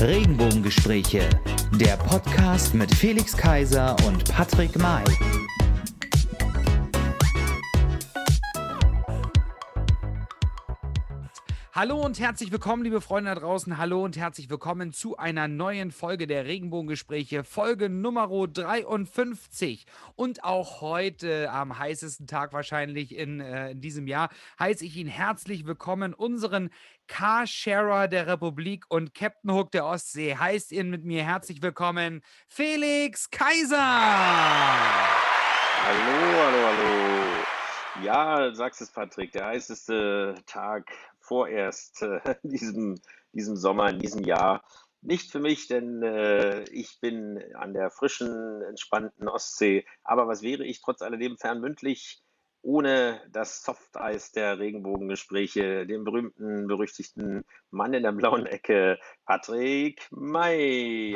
Regenbogengespräche, der Podcast mit Felix Kaiser und Patrick May. Hallo und herzlich willkommen, liebe Freunde da draußen. Hallo und herzlich willkommen zu einer neuen Folge der Regenbogengespräche, Folge Nummer 53. Und auch heute, am heißesten Tag wahrscheinlich in diesem Jahr, heiße ich ihn herzlich willkommen, unseren Carsharer der Republik und Captain Hook der Ostsee. Heißt ihn mit mir herzlich willkommen, Felix Kaiser! Hallo. Ja, sagst es, Patrick, der heißeste Tag vorerst in diesem Sommer, in diesem Jahr. Nicht für mich, denn ich bin an der frischen, entspannten Ostsee. Aber was wäre ich trotz alledem fernmündlich ohne das Softeis der Regenbogengespräche, den berühmten, berüchtigten Mann in der blauen Ecke, Patrick May.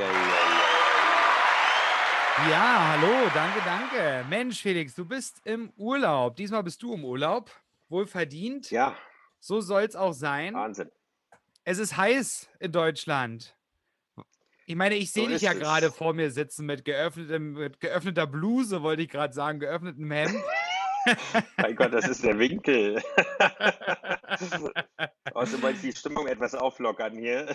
Ja, hallo, danke. Mensch, Felix, du bist im Urlaub. Diesmal bist du im Urlaub. Wohlverdient. Ja, So soll es auch sein. Wahnsinn. Es ist heiß in Deutschland. Ich meine, ich So sehe dich ist ja gerade es. vor mir sitzen mit geöffneter Bluse, wollte ich gerade sagen, geöffnetem Hemd. Mein Gott, das ist der Winkel. Außerdem wollte ich die Stimmung etwas auflockern hier.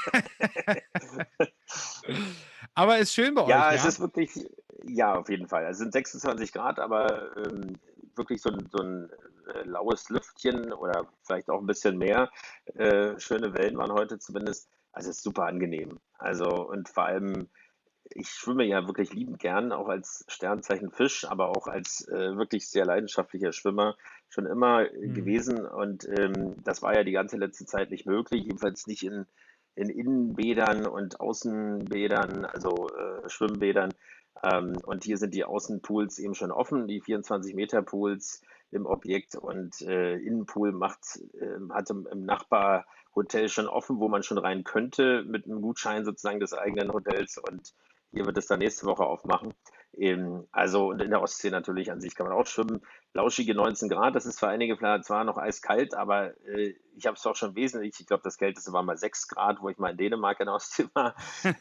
Aber ist schön bei Ja, euch, es ja? ist wirklich, ja, auf jeden Fall. Es sind 26 Grad, aber wirklich so ein laues Lüftchen oder vielleicht auch ein bisschen mehr. Schöne Wellen waren heute zumindest. Also es ist super angenehm. Also und vor allem, ich schwimme ja wirklich liebend gern, auch als Sternzeichen Fisch, aber auch als wirklich sehr leidenschaftlicher Schwimmer schon immer Hm. gewesen. Und das war ja die ganze letzte Zeit nicht möglich, jedenfalls nicht in Innenbädern und Außenbädern, also Schwimmbädern. Und hier sind die Außenpools eben schon offen, die 24-Meter-Pools im Objekt. Und Innenpool hat im Nachbarhotel schon offen, wo man schon rein könnte, mit einem Gutschein sozusagen des eigenen Hotels. Und hier wird es dann nächste Woche aufmachen. Also, und in der Ostsee natürlich an sich kann man auch schwimmen. Lauschige 19 Grad, das ist für einige vielleicht zwar noch eiskalt, aber ich habe es auch schon wesentlich, ich glaube, das Kälteste war mal 6 Grad, wo ich mal in Dänemark in der Ostsee war.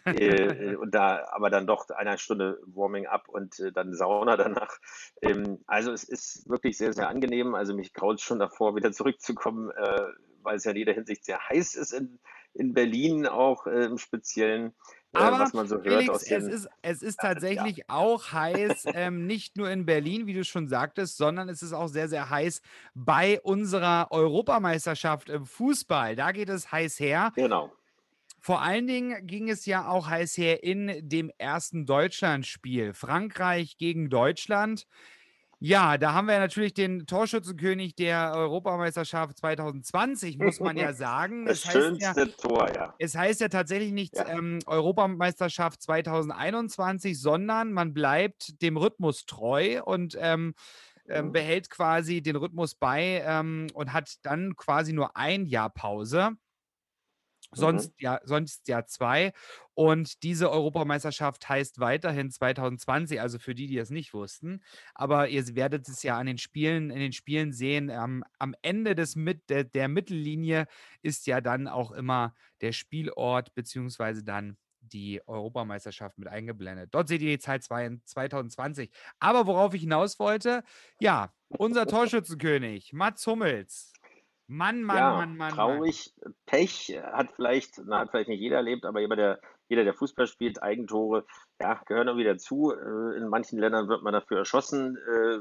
Und da aber dann doch eine Stunde Warming up und dann Sauna danach. Also es ist wirklich sehr, sehr angenehm. Also mich graut schon davor, wieder zurückzukommen, weil es ja in jeder Hinsicht sehr heiß ist in Berlin auch im Speziellen, Aber was man so hört Felix, aus es den, ist, es ist ja, tatsächlich auch heiß, nicht nur in Berlin, wie du schon sagtest, sondern es ist auch sehr, sehr heiß bei unserer Europameisterschaft im Fußball. Da geht es heiß her. genau. Vor allen Dingen ging es ja auch heiß her in dem ersten Deutschlandspiel. Frankreich gegen Deutschland. Ja, da haben wir natürlich den Torschützenkönig der Europameisterschaft 2020, muss man ja sagen. Das schönste Tor, ja. Es heißt ja tatsächlich nicht Ja. Europameisterschaft 2021, sondern man bleibt dem Rhythmus treu und Mhm. behält quasi den Rhythmus bei und hat dann quasi nur ein Jahr Pause. Mhm. Sonst ja 2. Und diese Europameisterschaft heißt weiterhin 2020, also für die, die es nicht wussten. Aber ihr werdet es ja in den Spielen sehen, am Ende der Mittellinie ist ja dann auch immer der Spielort beziehungsweise dann die Europameisterschaft mit eingeblendet. Dort seht ihr die Zahl 2020. Aber worauf ich hinaus wollte, ja, unser Torschützenkönig, Mats Hummels. Ja, Mann. traurig. Pech hat vielleicht nicht jeder erlebt, aber jeder, der Fußball spielt, Eigentore, ja, gehören irgendwie dazu. In manchen Ländern wird man dafür erschossen,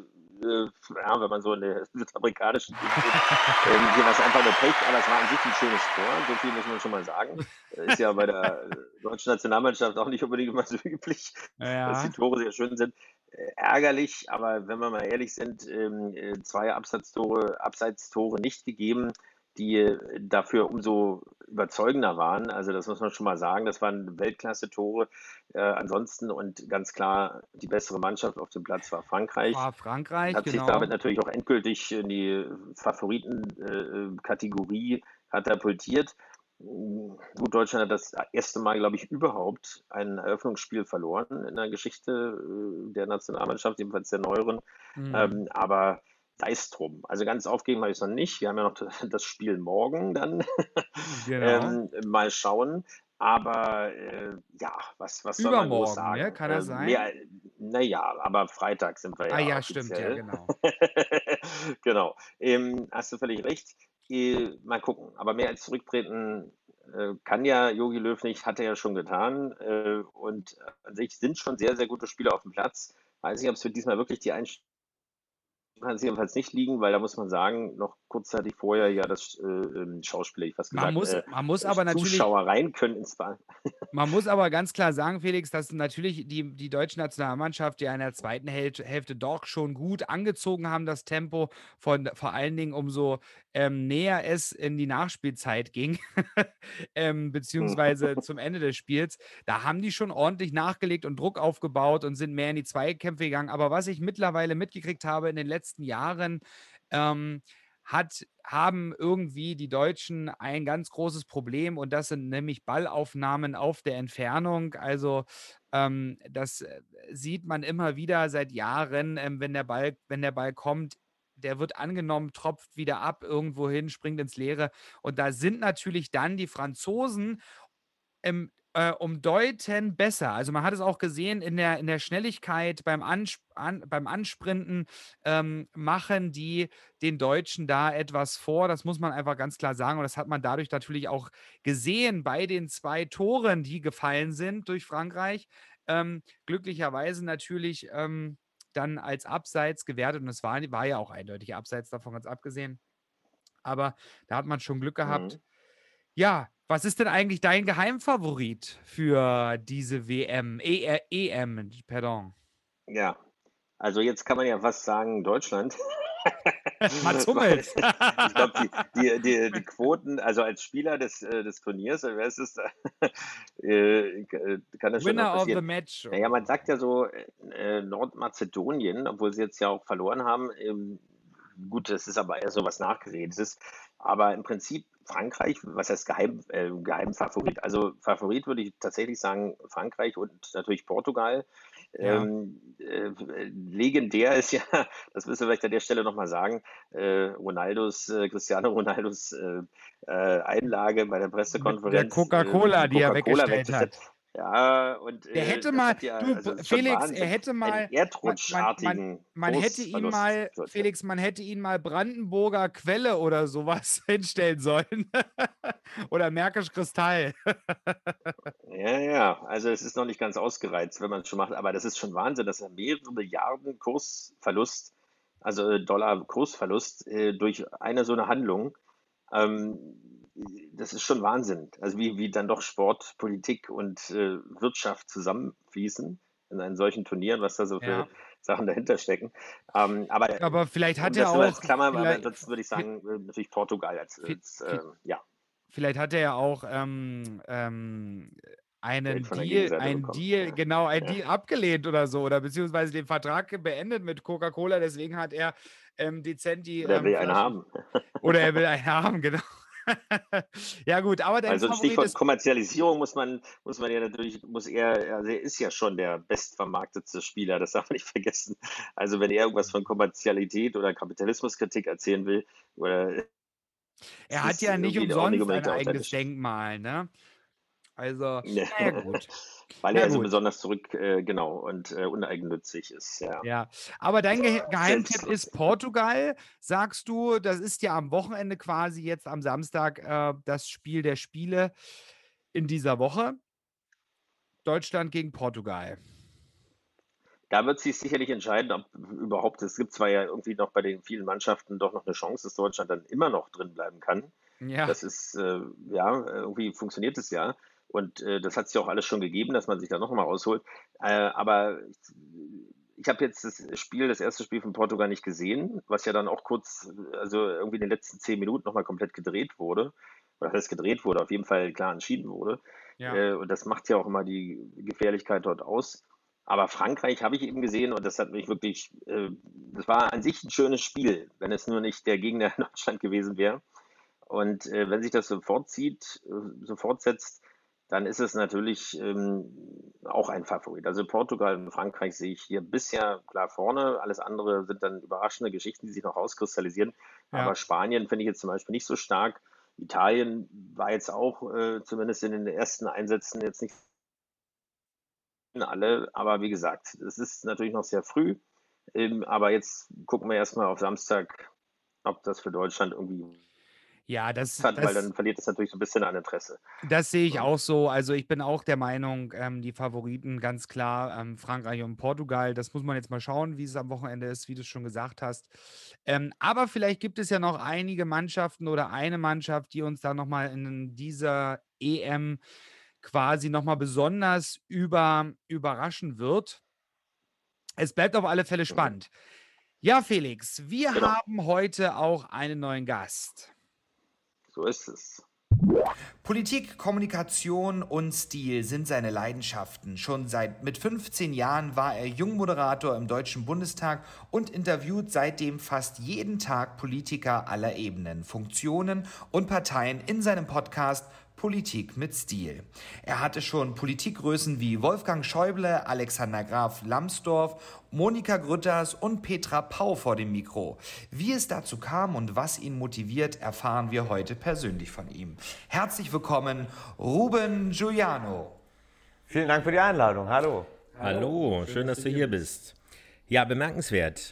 ja, wenn man so in der südamerikanischen Gegend ist. Hier war es einfach nur Pech, aber es war an sich ein schönes Tor, so viel muss man schon mal sagen. Ist ja bei der deutschen Nationalmannschaft auch nicht unbedingt immer so üblich, dass die Ja. Tore sehr schön sind. Ärgerlich, aber wenn wir mal ehrlich sind, 2 Abseitstore nicht gegeben, die dafür umso überzeugender waren. Also das muss man schon mal sagen. Das waren Weltklasse-Tore. Ansonsten und ganz klar die bessere Mannschaft auf dem Platz war Frankreich. War Frankreich, Hat sich genau. damit natürlich auch endgültig in die Favoriten-Kategorie katapultiert. Gut, Deutschland hat das erste Mal, glaube ich, überhaupt ein Eröffnungsspiel verloren in der Geschichte der Nationalmannschaft, jedenfalls der neueren. Mhm. Aber sei es drum. Also ganz aufgegeben habe ich es noch nicht. Wir haben ja noch das Spiel morgen dann. Genau. Mal schauen. Aber ja, was soll man groß Übermorgen, ne? sagen? Kann das Mehr, sein? naja, aber Freitag sind wir Ah ja ja, stimmt, ja, offiziell. genau. Genau. Hast du völlig recht. Mal gucken. Aber mehr als zurücktreten kann ja Jogi Löw nicht, hat er ja schon getan. Und an sich sind schon sehr, sehr gute Spieler auf dem Platz. Weiß nicht, ob es für diesmal wirklich die Einstellung kann es jedenfalls nicht liegen, weil da muss man sagen, noch kurzzeitig vorher ja das Schauspieler, ich fast Man gesagt, muss man muss aber natürlich Zuschauer rein können ins Ball. Man muss aber ganz klar sagen, Felix, dass natürlich die deutsche Nationalmannschaft ja in der zweiten Hälfte doch schon gut angezogen haben, das Tempo, vor allen Dingen umso näher es in die Nachspielzeit ging, beziehungsweise zum Ende des Spiels. Da haben die schon ordentlich nachgelegt und Druck aufgebaut und sind mehr in die Zweikämpfe gegangen. Aber was ich mittlerweile mitgekriegt habe in den letzten Jahren, ähm, haben irgendwie die Deutschen ein ganz großes Problem und das sind nämlich Ballaufnahmen auf der Entfernung. Also das sieht man immer wieder seit Jahren, wenn der Ball kommt, der wird angenommen, tropft wieder ab irgendwo hin, springt ins Leere. Und da sind natürlich dann die Franzosen um Deuten besser. Also, man hat es auch gesehen in der Schnelligkeit beim Ansprinten, machen die den Deutschen da etwas vor. Das muss man einfach ganz klar sagen und das hat man dadurch natürlich auch gesehen bei den 2 Toren, die gefallen sind durch Frankreich. Glücklicherweise natürlich, dann als Abseits gewertet und es war ja auch eindeutig Abseits, davon ganz abgesehen. Aber da hat man schon Glück gehabt. Mhm. Ja, was ist denn eigentlich dein Geheimfavorit für diese WM? EM, pardon. Ja, also jetzt kann man ja fast sagen Deutschland, Mats weil Hummels. ich glaube, die Quoten, also als Spieler des Turniers, wer ist es, kann das schon Winner noch of the passieren. Match Naja, oder man so. sagt ja so, Nordmazedonien, obwohl sie jetzt ja auch verloren haben, gut, das ist aber eher so was Nachgeredetes. Aber im Prinzip Frankreich, was heißt Geheimfavorit? Also Favorit würde ich tatsächlich sagen Frankreich und natürlich Portugal. Ja. Legendär ist ja, das müssen wir vielleicht an der Stelle nochmal sagen, Cristiano Ronaldos Einlage bei der Mit der Pressekonferenz Coca-Cola, zum die er weggestellt Coca-Cola-Wettbewerb. hat. Ja, und Der hätte das mal, hat ja, du, also es ist schon Felix, er Wahnsinn, hätte einen mal, erdrutschartigen man hätte ihm mal, Kursverlustsituation. Felix, man hätte ihn mal Brandenburger Quelle oder sowas hinstellen sollen. Oder Märkisch Kristall. Ja, ja, also es ist noch nicht ganz ausgereizt, wenn man es schon macht, aber das ist schon Wahnsinn, dass er mehrere Milliarden Kursverlust, also Dollar-Kursverlust durch eine so eine Handlung, das ist schon Wahnsinn. Also wie dann doch Sport, Politik und Wirtschaft zusammenfließen in einem solchen Turnieren, was da so für Ja. Sachen dahinter stecken. Aber Aber vielleicht hat um er das nur als auch, Klammer, aber vielleicht, ansonsten würde ich sagen, natürlich Portugal ja, vielleicht hat er ja auch Geld von der Gegenseite einen bekommen. Deal, Ja, genau, einen ja. Deal abgelehnt oder so, oder beziehungsweise den Vertrag beendet mit Coca-Cola, deswegen hat er dezent die Oder er will einen Flasche, haben. oder er will einen haben, genau. Ja, gut, aber dein Also ein Favorit Stichwort ist, Kommerzialisierung muss man ja natürlich, muss er, also er ist ja schon der bestvermarktetste Spieler, das darf man nicht vergessen. Also wenn er irgendwas von Kommerzialität oder Kapitalismuskritik erzählen will, oder er ist hat es ja nicht irgendwie auch nicht umsonst ein unbedingt eigenes authentisch. Denkmal, ne? Also, Ja. naja, gut. Weil Na er so gut. besonders genau, und uneigennützig ist, ja. Ja, aber dein Geheimtipp ist Selbstlos. Portugal, sagst du, das ist ja am Wochenende quasi jetzt am Samstag das Spiel der Spiele in dieser Woche. Deutschland gegen Portugal. Da wird sich sicherlich entscheiden, ob überhaupt, es gibt zwar ja irgendwie noch bei den vielen Mannschaften doch noch eine Chance, dass Deutschland dann immer noch drin bleiben kann. Ja, Das ist, ja, irgendwie funktioniert es ja. Und das hat es ja auch alles schon gegeben, dass man sich da noch mal rausholt. Aber ich habe jetzt das erste Spiel von Portugal nicht gesehen, was ja dann auch kurz, also irgendwie in den letzten 10 Minuten noch mal komplett gedreht wurde. Oder das gedreht wurde, auf jeden Fall klar entschieden wurde. ja, Und das macht ja auch immer die Gefährlichkeit dort aus. Aber Frankreich habe ich eben gesehen und das hat mich wirklich, das war an sich ein schönes Spiel, wenn es nur nicht der Gegner in Deutschland gewesen wäre. Und wenn sich das so fortzieht, so fortsetzt, dann ist es natürlich auch ein Favorit. Also Portugal und Frankreich sehe ich hier bisher klar vorne. Alles andere sind dann überraschende Geschichten, die sich noch rauskristallisieren. Aber ja. Spanien finde ich jetzt zum Beispiel nicht so stark. Italien war jetzt auch zumindest in den ersten Einsätzen jetzt nicht alle, aber wie gesagt, es ist natürlich noch sehr früh. Aber jetzt gucken wir erstmal auf Samstag, ob das für Deutschland irgendwie Ja, hat, weil dann verliert es natürlich so ein bisschen an Interesse. das sehe ich Ne? auch so. Also, ich bin auch der Meinung, die Favoriten ganz klar, Frankreich und Portugal. Das muss man jetzt mal schauen, wie es am Wochenende ist, wie du's schon gesagt hast. Aber vielleicht gibt es ja noch einige Mannschaften oder eine Mannschaft, die uns da noch mal in dieser EM quasi noch mal besonders überraschen wird. Es bleibt auf alle Fälle Mhm. spannend. Ja, Felix, wir Genau, haben heute auch einen neuen Gast. so ist es. Politik, Kommunikation und Stil sind seine Leidenschaften. Mit 15 Jahren war er Jungmoderator im Deutschen Bundestag und interviewt seitdem fast jeden Tag Politiker aller Ebenen, Funktionen und Parteien in seinem Podcast Politik mit Stil. Er hatte schon Politikgrößen wie Wolfgang Schäuble, Alexander Graf Lambsdorff, Monika Grütters und Petra Pau vor dem Mikro. Wie es dazu kam und was ihn motiviert, erfahren wir heute persönlich von ihm. Herzlich willkommen, Ruben Giuliano. Vielen Dank für die Einladung. Hallo. Hallo, schön, dass du hier bist. Ja, bemerkenswert.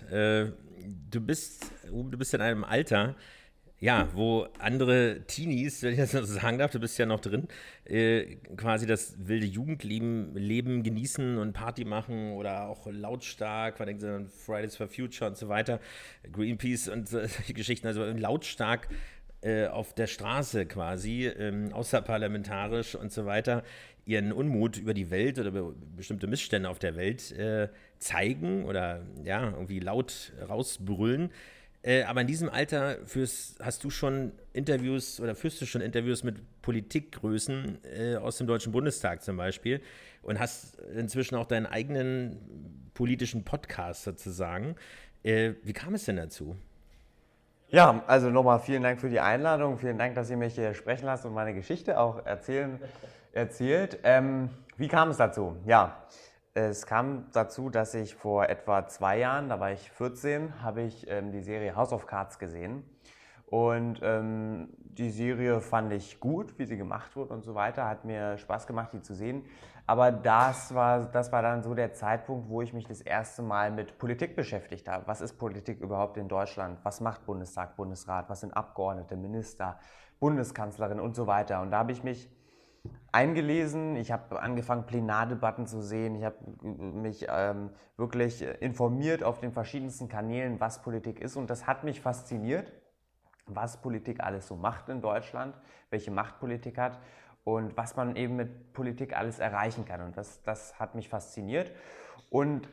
Du bist in einem Alter, ja, wo andere Teenies, wenn ich das so sagen darf, du bist ja noch drin, quasi das wilde Jugendleben genießen und Party machen oder auch lautstark, was denken Sie an Fridays for Future und so weiter, Greenpeace und solche Geschichten, also lautstark auf der Straße quasi, außerparlamentarisch und so weiter, ihren Unmut über die Welt oder über bestimmte Missstände auf der Welt zeigen oder ja, irgendwie laut rausbrüllen. Aber in diesem Alter hast du schon Interviews oder führst du schon Interviews mit Politikgrößen aus dem Deutschen Bundestag zum Beispiel und hast inzwischen auch deinen eigenen politischen Podcast sozusagen. Wie kam es denn dazu? Ja, also nochmal vielen Dank für die Einladung. Vielen Dank, dass ihr mich hier sprechen lasst und meine Geschichte auch erzählt. Wie kam es dazu? Ja, es kam dazu, dass ich vor etwa 2 Jahren, da war ich 14, habe ich die Serie House of Cards gesehen. Und die Serie fand ich gut, wie sie gemacht wurde und so weiter. Hat mir Spaß gemacht, die zu sehen. Aber das war dann so der Zeitpunkt, wo ich mich das erste Mal mit Politik beschäftigt habe. Was ist Politik überhaupt in Deutschland? Was macht Bundestag, Bundesrat? Was sind Abgeordnete, Minister, Bundeskanzlerin und so weiter? Und da habe ich mich eingelesen, ich habe angefangen, Plenardebatten zu sehen, ich habe mich wirklich informiert auf den verschiedensten Kanälen, was Politik ist, und das hat mich fasziniert, was Politik alles so macht in Deutschland, welche Macht Politik hat und was man eben mit Politik alles erreichen kann, und das hat mich fasziniert. Und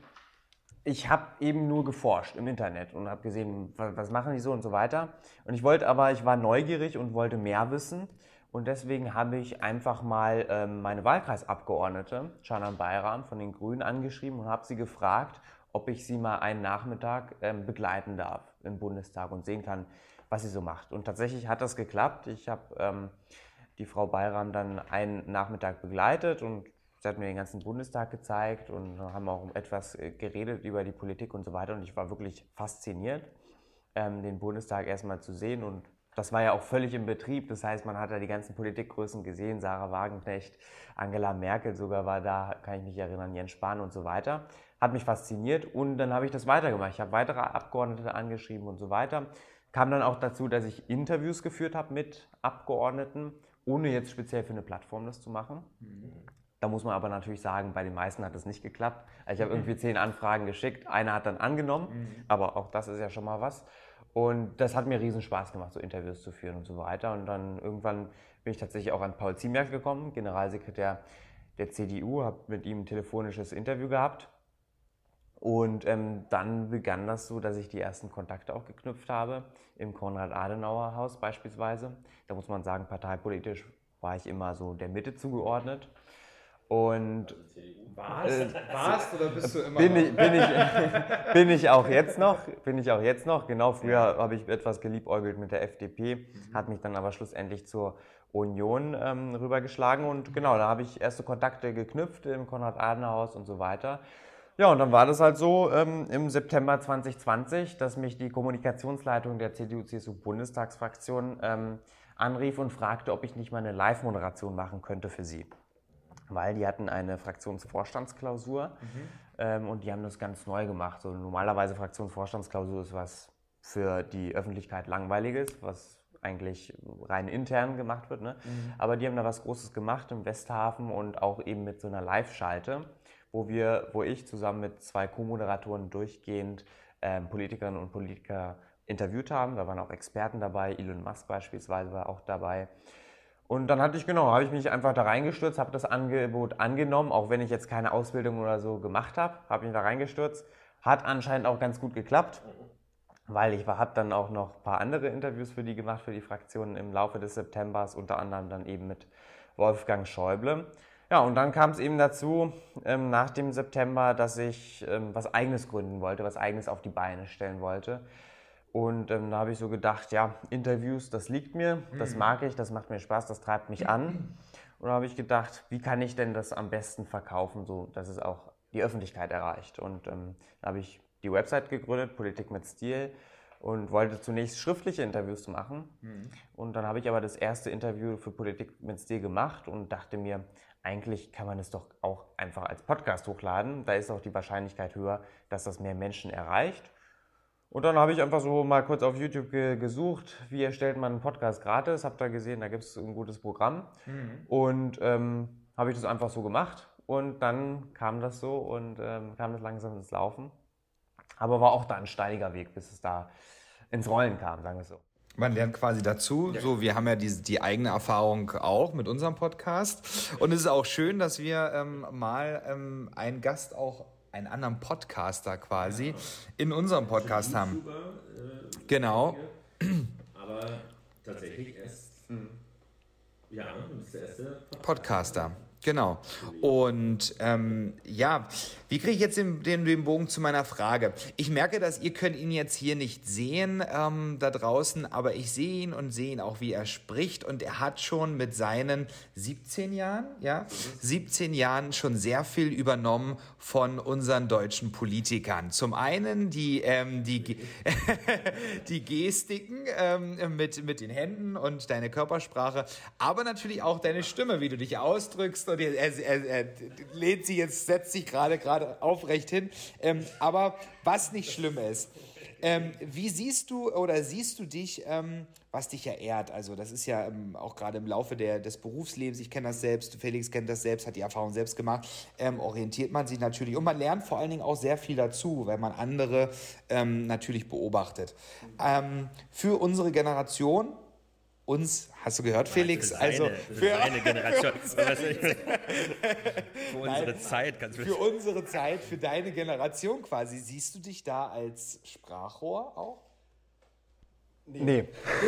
ich habe eben nur geforscht im Internet und habe gesehen, was machen die so und so weiter. Und ich war neugierig und wollte mehr wissen. Und deswegen habe ich einfach mal meine Wahlkreisabgeordnete, Canan Bayram von den Grünen, angeschrieben und habe sie gefragt, ob ich sie mal einen Nachmittag begleiten darf im Bundestag und sehen kann, was sie so macht. Und tatsächlich hat das geklappt. Ich habe die Frau Bayram dann einen Nachmittag begleitet und sie hat mir den ganzen Bundestag gezeigt und haben auch etwas geredet über die Politik und so weiter. Und ich war wirklich fasziniert, den Bundestag erstmal zu sehen. Und das war ja auch völlig im Betrieb. Das heißt, man hat da die ganzen Politikgrößen gesehen. Sarah Wagenknecht, Angela Merkel sogar war da, kann ich mich erinnern, Jens Spahn und so weiter. Hat mich fasziniert und dann habe ich das weitergemacht. Ich habe weitere Abgeordnete angeschrieben und so weiter. Kam dann auch dazu, dass ich Interviews geführt habe mit Abgeordneten, ohne jetzt speziell für eine Plattform das zu machen. Da muss man aber natürlich sagen, bei den meisten hat das nicht geklappt. Also ich habe irgendwie 10 Anfragen geschickt, eine hat dann angenommen, aber auch das ist ja schon mal was. Und das hat mir riesen Spaß gemacht, so Interviews zu führen und so weiter. Und dann irgendwann bin ich tatsächlich auch an Paul Ziemiak gekommen, Generalsekretär der CDU, habe mit ihm ein telefonisches Interview gehabt. Und dann begann das so, dass ich die ersten Kontakte auch geknüpft habe, im Konrad-Adenauer-Haus beispielsweise. Da muss man sagen, parteipolitisch war ich immer so der Mitte zugeordnet. Und Warst oder bist du immer bin ich auch jetzt noch. Genau, früher habe ich etwas geliebäugelt mit der FDP, hat mich dann aber schlussendlich zur Union rübergeschlagen. Und genau, da habe ich erste Kontakte geknüpft im Konrad-Adenauer-Haus und so weiter. Ja, und dann war das halt so im September 2020, dass mich die Kommunikationsleitung der CDU-CSU-Bundestagsfraktion anrief und fragte, ob ich nicht mal eine Live-Moderation machen könnte für sie. Weil die hatten eine Fraktionsvorstandsklausur und die haben das ganz neu gemacht. So, normalerweise Fraktionsvorstandsklausur ist was für die Öffentlichkeit Langweiliges, was eigentlich rein intern gemacht wird. Ne? Aber die haben da was Großes gemacht im Westhafen und auch eben mit so einer Live-Schalte, wo ich zusammen mit 2 Co-Moderatoren durchgehend Politikerinnen und Politiker interviewt haben. Da waren auch Experten dabei, Elon Musk beispielsweise war auch dabei. Und dann habe ich mich einfach da reingestürzt, habe das Angebot angenommen, auch wenn ich jetzt keine Ausbildung oder so gemacht habe mich da reingestürzt. Hat anscheinend auch ganz gut geklappt, weil ich habe dann auch noch ein paar andere Interviews für die gemacht, für die Fraktionen im Laufe des Septembers, unter anderem dann eben mit Wolfgang Schäuble. Ja, und dann kam es eben dazu, nach dem September, dass ich was Eigenes gründen wollte, was Eigenes auf die Beine stellen wollte. Und da habe ich so gedacht, ja, Interviews, das liegt mir, das mag ich, das macht mir Spaß, das treibt mich an. Und da habe ich gedacht, wie kann ich denn das am besten verkaufen, so dass es auch die Öffentlichkeit erreicht. Und da habe ich die Website gegründet, Politik mit Stil, und wollte zunächst schriftliche Interviews machen. Und dann habe ich aber das erste Interview für Politik mit Stil gemacht und dachte mir, eigentlich kann man es doch auch einfach als Podcast hochladen. Da ist auch die Wahrscheinlichkeit höher, dass das mehr Menschen erreicht. Und dann habe ich einfach so mal kurz auf YouTube gesucht, wie erstellt man einen Podcast gratis. Habe da gesehen, da gibt es ein gutes Programm. Und habe ich das einfach so gemacht. Und dann kam das so und kam das langsam ins Laufen. Aber war auch da ein steiniger Weg, bis es da ins Rollen kam, sagen wir es so. Man lernt quasi dazu. Ja. So, wir haben ja die eigene Erfahrung auch mit unserem Podcast. Und es ist auch schön, dass wir mal einen Gast auch einen anderen Podcaster quasi in unserem Podcast haben. Genau. Aber tatsächlich erst, du bist der erste Podcaster. Genau. Und wie kriege ich jetzt den Bogen zu meiner Frage? Ich merke, dass ihr könnt ihn jetzt hier nicht sehen da draußen, aber ich sehe ihn und sehe ihn auch, wie er spricht. Und er hat schon mit seinen 17 Jahren, 17 Jahren schon sehr viel übernommen von unseren deutschen Politikern. Zum einen die Gestiken mit den Händen und deine Körpersprache, aber natürlich auch deine Stimme, wie du dich ausdrückst. Und er lehnt sie jetzt, setzt sich gerade aufrecht hin. Aber was nicht schlimm ist, wie siehst du dich, was dich ja ehrt? Also das ist ja auch gerade im Laufe des Berufslebens, ich kenne das selbst, Felix kennt das selbst, hat die Erfahrung selbst gemacht, orientiert man sich natürlich und man lernt vor allen Dingen auch sehr viel dazu, weil man andere natürlich beobachtet. Für unsere Generation, hast du gehört, Felix? Für seine Generation. Für unsere Zeit, ganz Für unsere Zeit, für deine Generation quasi. Siehst du dich da als Sprachrohr auch? Nee.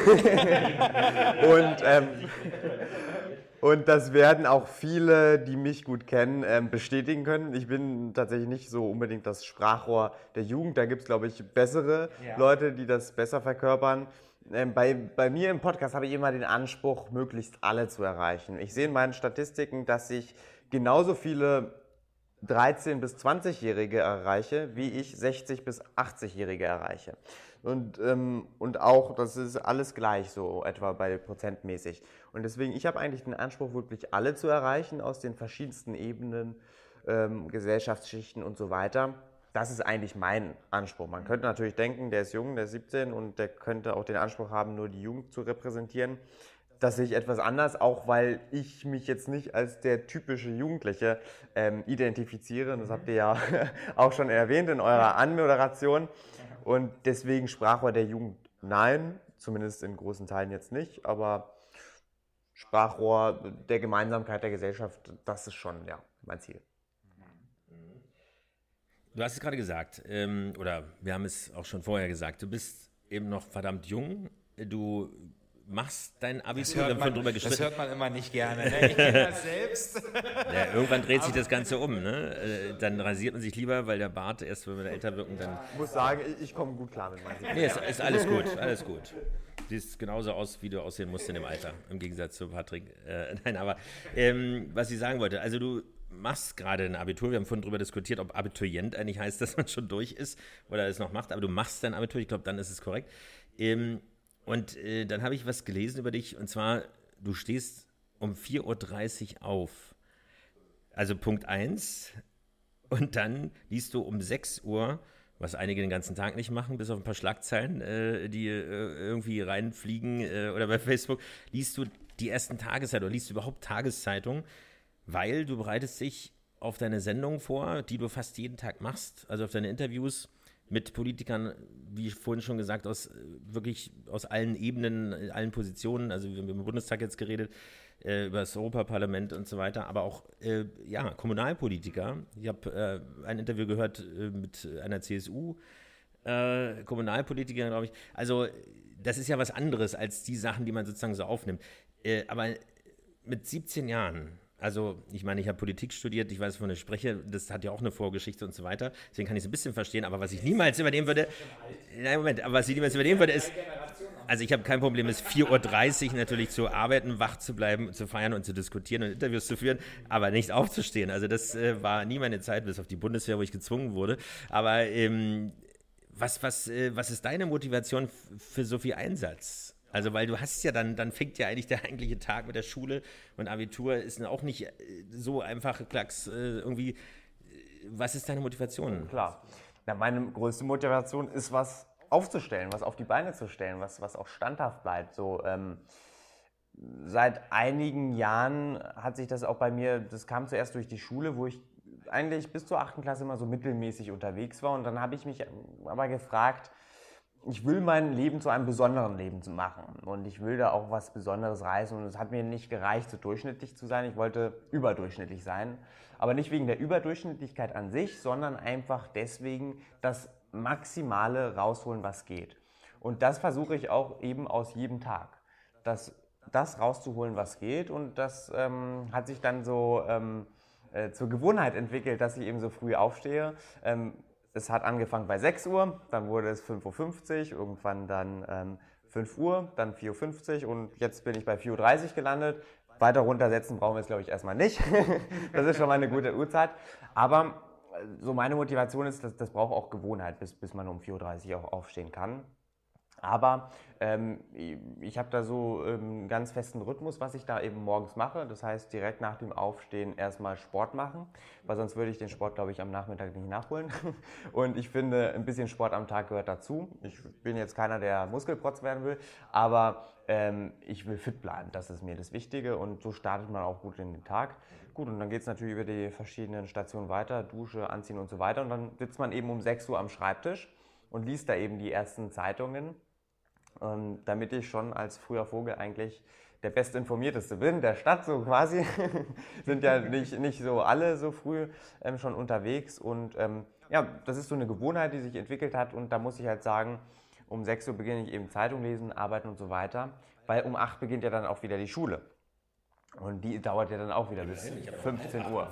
Und das werden auch viele, die mich gut kennen, bestätigen können. Ich bin tatsächlich nicht so unbedingt das Sprachrohr der Jugend. Da gibt es, glaube ich, bessere Leute, die das besser verkörpern. Bei mir im Podcast habe ich immer den Anspruch, möglichst alle zu erreichen. Ich sehe in meinen Statistiken, dass ich genauso viele 13- bis 20-Jährige erreiche, wie ich 60- bis 80-Jährige erreiche. Und auch, das ist alles gleich so etwa bei prozentmäßig. Und deswegen, ich habe eigentlich den Anspruch, wirklich alle zu erreichen aus den verschiedensten Ebenen, Gesellschaftsschichten und so weiter. Das ist eigentlich mein Anspruch. Man könnte natürlich denken, der ist jung, der ist 17 und der könnte auch den Anspruch haben, nur die Jugend zu repräsentieren. Das sehe ich etwas anders, auch weil ich mich jetzt nicht als der typische Jugendliche identifiziere. Das habt ihr ja auch schon erwähnt in eurer Anmoderation. Und deswegen Sprachrohr der Jugend nein, zumindest in großen Teilen jetzt nicht. Aber Sprachrohr der Gemeinsamkeit der Gesellschaft, das ist schon mein Ziel. Du hast es gerade gesagt, oder wir haben es auch schon vorher gesagt, du bist eben noch verdammt jung, du machst dein Abitur, wir haben schon drüber gesprochen. Das hört man immer nicht gerne, ne? Ich kenne das selbst. Ja, irgendwann dreht sich das Ganze um, ne? Dann rasiert man sich lieber, weil der Bart erst, wenn wir älter wirken, dann... Ich muss sagen, ich komme gut klar mit meinem. Nee, ist alles gut, alles gut. Du siehst genauso aus, wie du aussehen musst in dem Alter, im Gegensatz zu Patrick. Nein, aber was ich sagen wollte, also du machst gerade ein Abitur, wir haben vorhin darüber diskutiert, ob Abiturient eigentlich heißt, dass man schon durch ist oder es noch macht, aber du machst dein Abitur, ich glaube, dann ist es korrekt. Und Und dann habe ich was gelesen über dich, und zwar, du stehst um 4:30 Uhr auf. Also Punkt 1. Und dann liest du um 6 Uhr, was einige den ganzen Tag nicht machen, bis auf ein paar Schlagzeilen, die irgendwie reinfliegen oder bei Facebook, liest du die ersten Tageszeitungen oder liest du überhaupt Tageszeitungen, weil du bereitest dich auf deine Sendung vor, die du fast jeden Tag machst, also auf deine Interviews mit Politikern, wie vorhin schon gesagt, wirklich aus allen Ebenen, allen Positionen. Also wir haben im Bundestag jetzt geredet, über das Europaparlament und so weiter, aber auch Kommunalpolitiker. Ich habe ein Interview gehört mit einer CSU, Kommunalpolitikerin, glaube ich. Also das ist ja was anderes als die Sachen, die man sozusagen so aufnimmt. Aber mit 17 Jahren, also ich meine, ich habe Politik studiert, ich weiß, wovon ich spreche, das hat ja auch eine Vorgeschichte und so weiter, deswegen kann ich es ein bisschen verstehen, aber was ich niemals übernehmen würde, ist, also ich habe kein Problem, es 4:30 Uhr natürlich zu arbeiten, wach zu bleiben, zu feiern und zu diskutieren und Interviews zu führen, aber nicht aufzustehen. Also das war nie meine Zeit, bis auf die Bundeswehr, wo ich gezwungen wurde. Aber was ist deine Motivation für so viel Einsatz? Also, weil du hast ja dann fängt ja eigentlich der eigentliche Tag mit der Schule und Abitur ist auch nicht so einfach, Klacks, irgendwie. Was ist deine Motivation? Klar. Na, meine größte Motivation ist, was aufzustellen, was auf die Beine zu stellen, was auch standhaft bleibt. So, seit einigen Jahren hat sich das auch bei mir, das kam zuerst durch die Schule, wo ich eigentlich bis zur 8. Klasse immer so mittelmäßig unterwegs war. Und dann habe ich mich aber gefragt, ich will mein Leben zu einem besonderen Leben machen und ich will da auch was Besonderes reißen und es hat mir nicht gereicht, so durchschnittlich zu sein, ich wollte überdurchschnittlich sein, aber nicht wegen der Überdurchschnittlichkeit an sich, sondern einfach deswegen das Maximale rausholen, was geht. Und das versuche ich auch eben aus jedem Tag, das rauszuholen, was geht, und das hat sich dann so zur Gewohnheit entwickelt, dass ich eben so früh aufstehe. Es hat angefangen bei 6 Uhr, dann wurde es 5:50 Uhr, irgendwann dann 5 Uhr, dann 4:50 Uhr und jetzt bin ich bei 4:30 Uhr gelandet. Weiter runtersetzen brauchen wir jetzt, glaube ich, erstmal nicht. Das ist schon mal eine gute Uhrzeit. Aber so meine Motivation ist, das braucht auch Gewohnheit, bis man um 4:30 Uhr auch aufstehen kann. Aber ich habe da so einen ganz festen Rhythmus, was ich da eben morgens mache. Das heißt, direkt nach dem Aufstehen erstmal Sport machen, weil sonst würde ich den Sport, glaube ich, am Nachmittag nicht nachholen. Und ich finde, ein bisschen Sport am Tag gehört dazu. Ich bin jetzt keiner, der Muskelprotz werden will, aber ich will fit bleiben. Das ist mir das Wichtige und so startet man auch gut in den Tag. Gut, und dann geht es natürlich über die verschiedenen Stationen weiter, Dusche, Anziehen und so weiter. Und dann sitzt man eben um 6 Uhr am Schreibtisch und liest da eben die ersten Zeitungen. Damit ich schon als früher Vogel eigentlich der Bestinformierteste bin der Stadt, so quasi. Sind ja nicht so alle so früh schon unterwegs. Und ja, das ist so eine Gewohnheit, die sich entwickelt hat. Und da muss ich halt sagen, um 6 Uhr beginne ich eben Zeitung lesen, arbeiten und so weiter. Weil um 8 beginnt ja dann auch wieder die Schule. Und die dauert ja dann auch wieder bis 15 Uhr.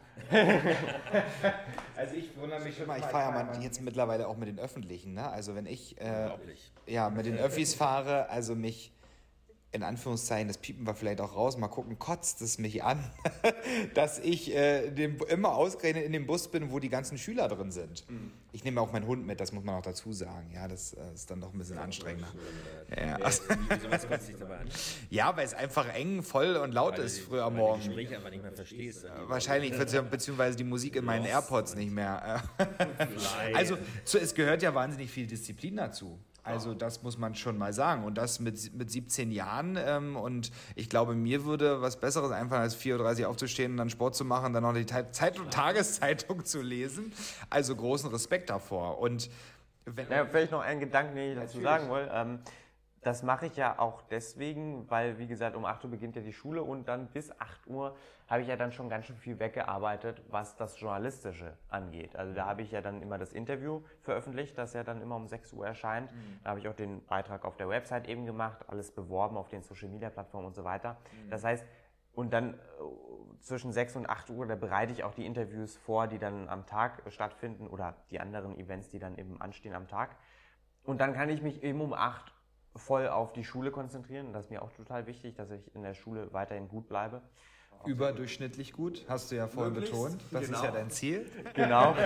Also ich wundere mich schon mal, ich fahre ja jetzt mittlerweile auch mit den Öffentlichen, ne? Also wenn ich mit den Öffis fahre, also mich in Anführungszeichen, das piepen wir vielleicht auch raus, mal gucken, kotzt es mich an, dass ich immer ausgerechnet in dem Bus bin, wo die ganzen Schüler drin sind. Mhm. Ich nehme auch meinen Hund mit, das muss man auch dazu sagen. Ja, das ist dann doch ein bisschen anstrengender. Wieso, was kotzt dich dabei an? Ja, weil es einfach eng, voll und laut ist früh am Morgen. Weil du die Gespräche einfach nicht mehr verstehst. Wahrscheinlich, beziehungsweise die Musik in meinen AirPods nicht mehr. Also es gehört ja wahnsinnig viel Disziplin dazu. Also das muss man schon mal sagen. Und das mit 17 Jahren. Und ich glaube, mir würde was Besseres einfallen, als 4:30 Uhr aufzustehen und dann Sport zu machen, dann noch die Tageszeitung zu lesen. Also großen Respekt davor. Und vielleicht noch einen Gedanken, den ich dazu sagen will. Das mache ich ja auch deswegen, weil, wie gesagt, um 8 Uhr beginnt ja die Schule und dann bis 8 Uhr habe ich ja dann schon ganz schön viel weggearbeitet, was das Journalistische angeht. Also da habe ich ja dann immer das Interview veröffentlicht, das ja dann immer um 6 Uhr erscheint. Da habe ich auch den Beitrag auf der Website eben gemacht, alles beworben auf den Social-Media-Plattformen und so weiter. Das heißt, und dann zwischen 6 und 8 Uhr, da bereite ich auch die Interviews vor, die dann am Tag stattfinden oder die anderen Events, die dann eben anstehen am Tag. Und dann kann ich mich eben um 8 voll auf die Schule konzentrieren. Das ist mir auch total wichtig, dass ich in der Schule weiterhin gut bleibe. Überdurchschnittlich gut, hast du ja vorhin betont. Das ist ja dein Ziel. Genau.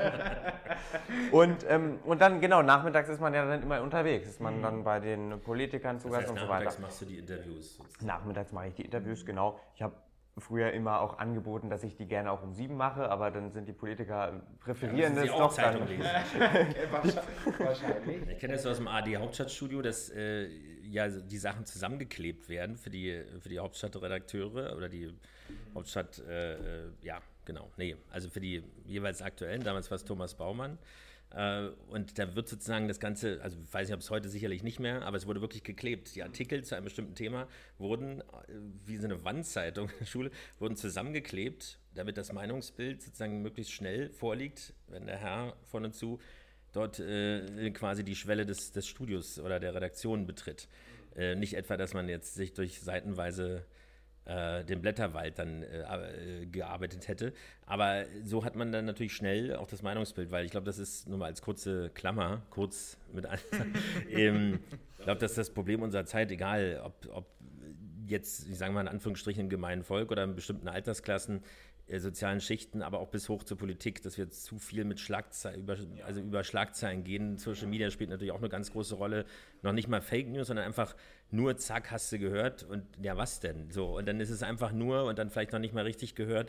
Und dann, genau, nachmittags ist man ja dann immer unterwegs. Ist man dann bei den Politikern zu Gast und so weiter. Nachmittags machst du die Interviews sozusagen. Nachmittags mache ich die Interviews, genau. Ich habe früher immer auch angeboten, dass ich die gerne auch um 7 mache, aber dann sind die Politiker präferieren das doch dann. Wahrscheinlich. Ich kenne das aus dem ARD Hauptstadtstudio, dass ja die Sachen zusammengeklebt werden für die Hauptstadtredakteure oder die Hauptstadt, ja, genau, nee, also für die jeweils aktuellen, damals war es Thomas Baumann. Und da wird sozusagen das Ganze, also ich weiß nicht, ob es heute sicherlich nicht mehr, aber es wurde wirklich geklebt. Die Artikel zu einem bestimmten Thema wurden, wie so eine Wandzeitung in der Schule, wurden zusammengeklebt, damit das Meinungsbild sozusagen möglichst schnell vorliegt, wenn der Herr von und zu dort quasi die Schwelle des Studios oder der Redaktion betritt. Nicht etwa, dass man jetzt sich durch seitenweise den Blätterwald dann gearbeitet hätte. Aber so hat man dann natürlich schnell auch das Meinungsbild, weil ich glaube, das ist nur mal als kurze Klammer, kurz mit ich glaube, das ist das Problem unserer Zeit, egal ob jetzt, ich sage mal in Anführungsstrichen, im gemeinen Volk oder in bestimmten Altersklassen, sozialen Schichten, aber auch bis hoch zur Politik, dass wir zu viel mit über Schlagzeilen gehen. Social Media spielt natürlich auch eine ganz große Rolle. Noch nicht mal Fake News, sondern einfach nur zack, hast du gehört und ja, was denn? So, und dann ist es einfach nur und dann vielleicht noch nicht mal richtig gehört.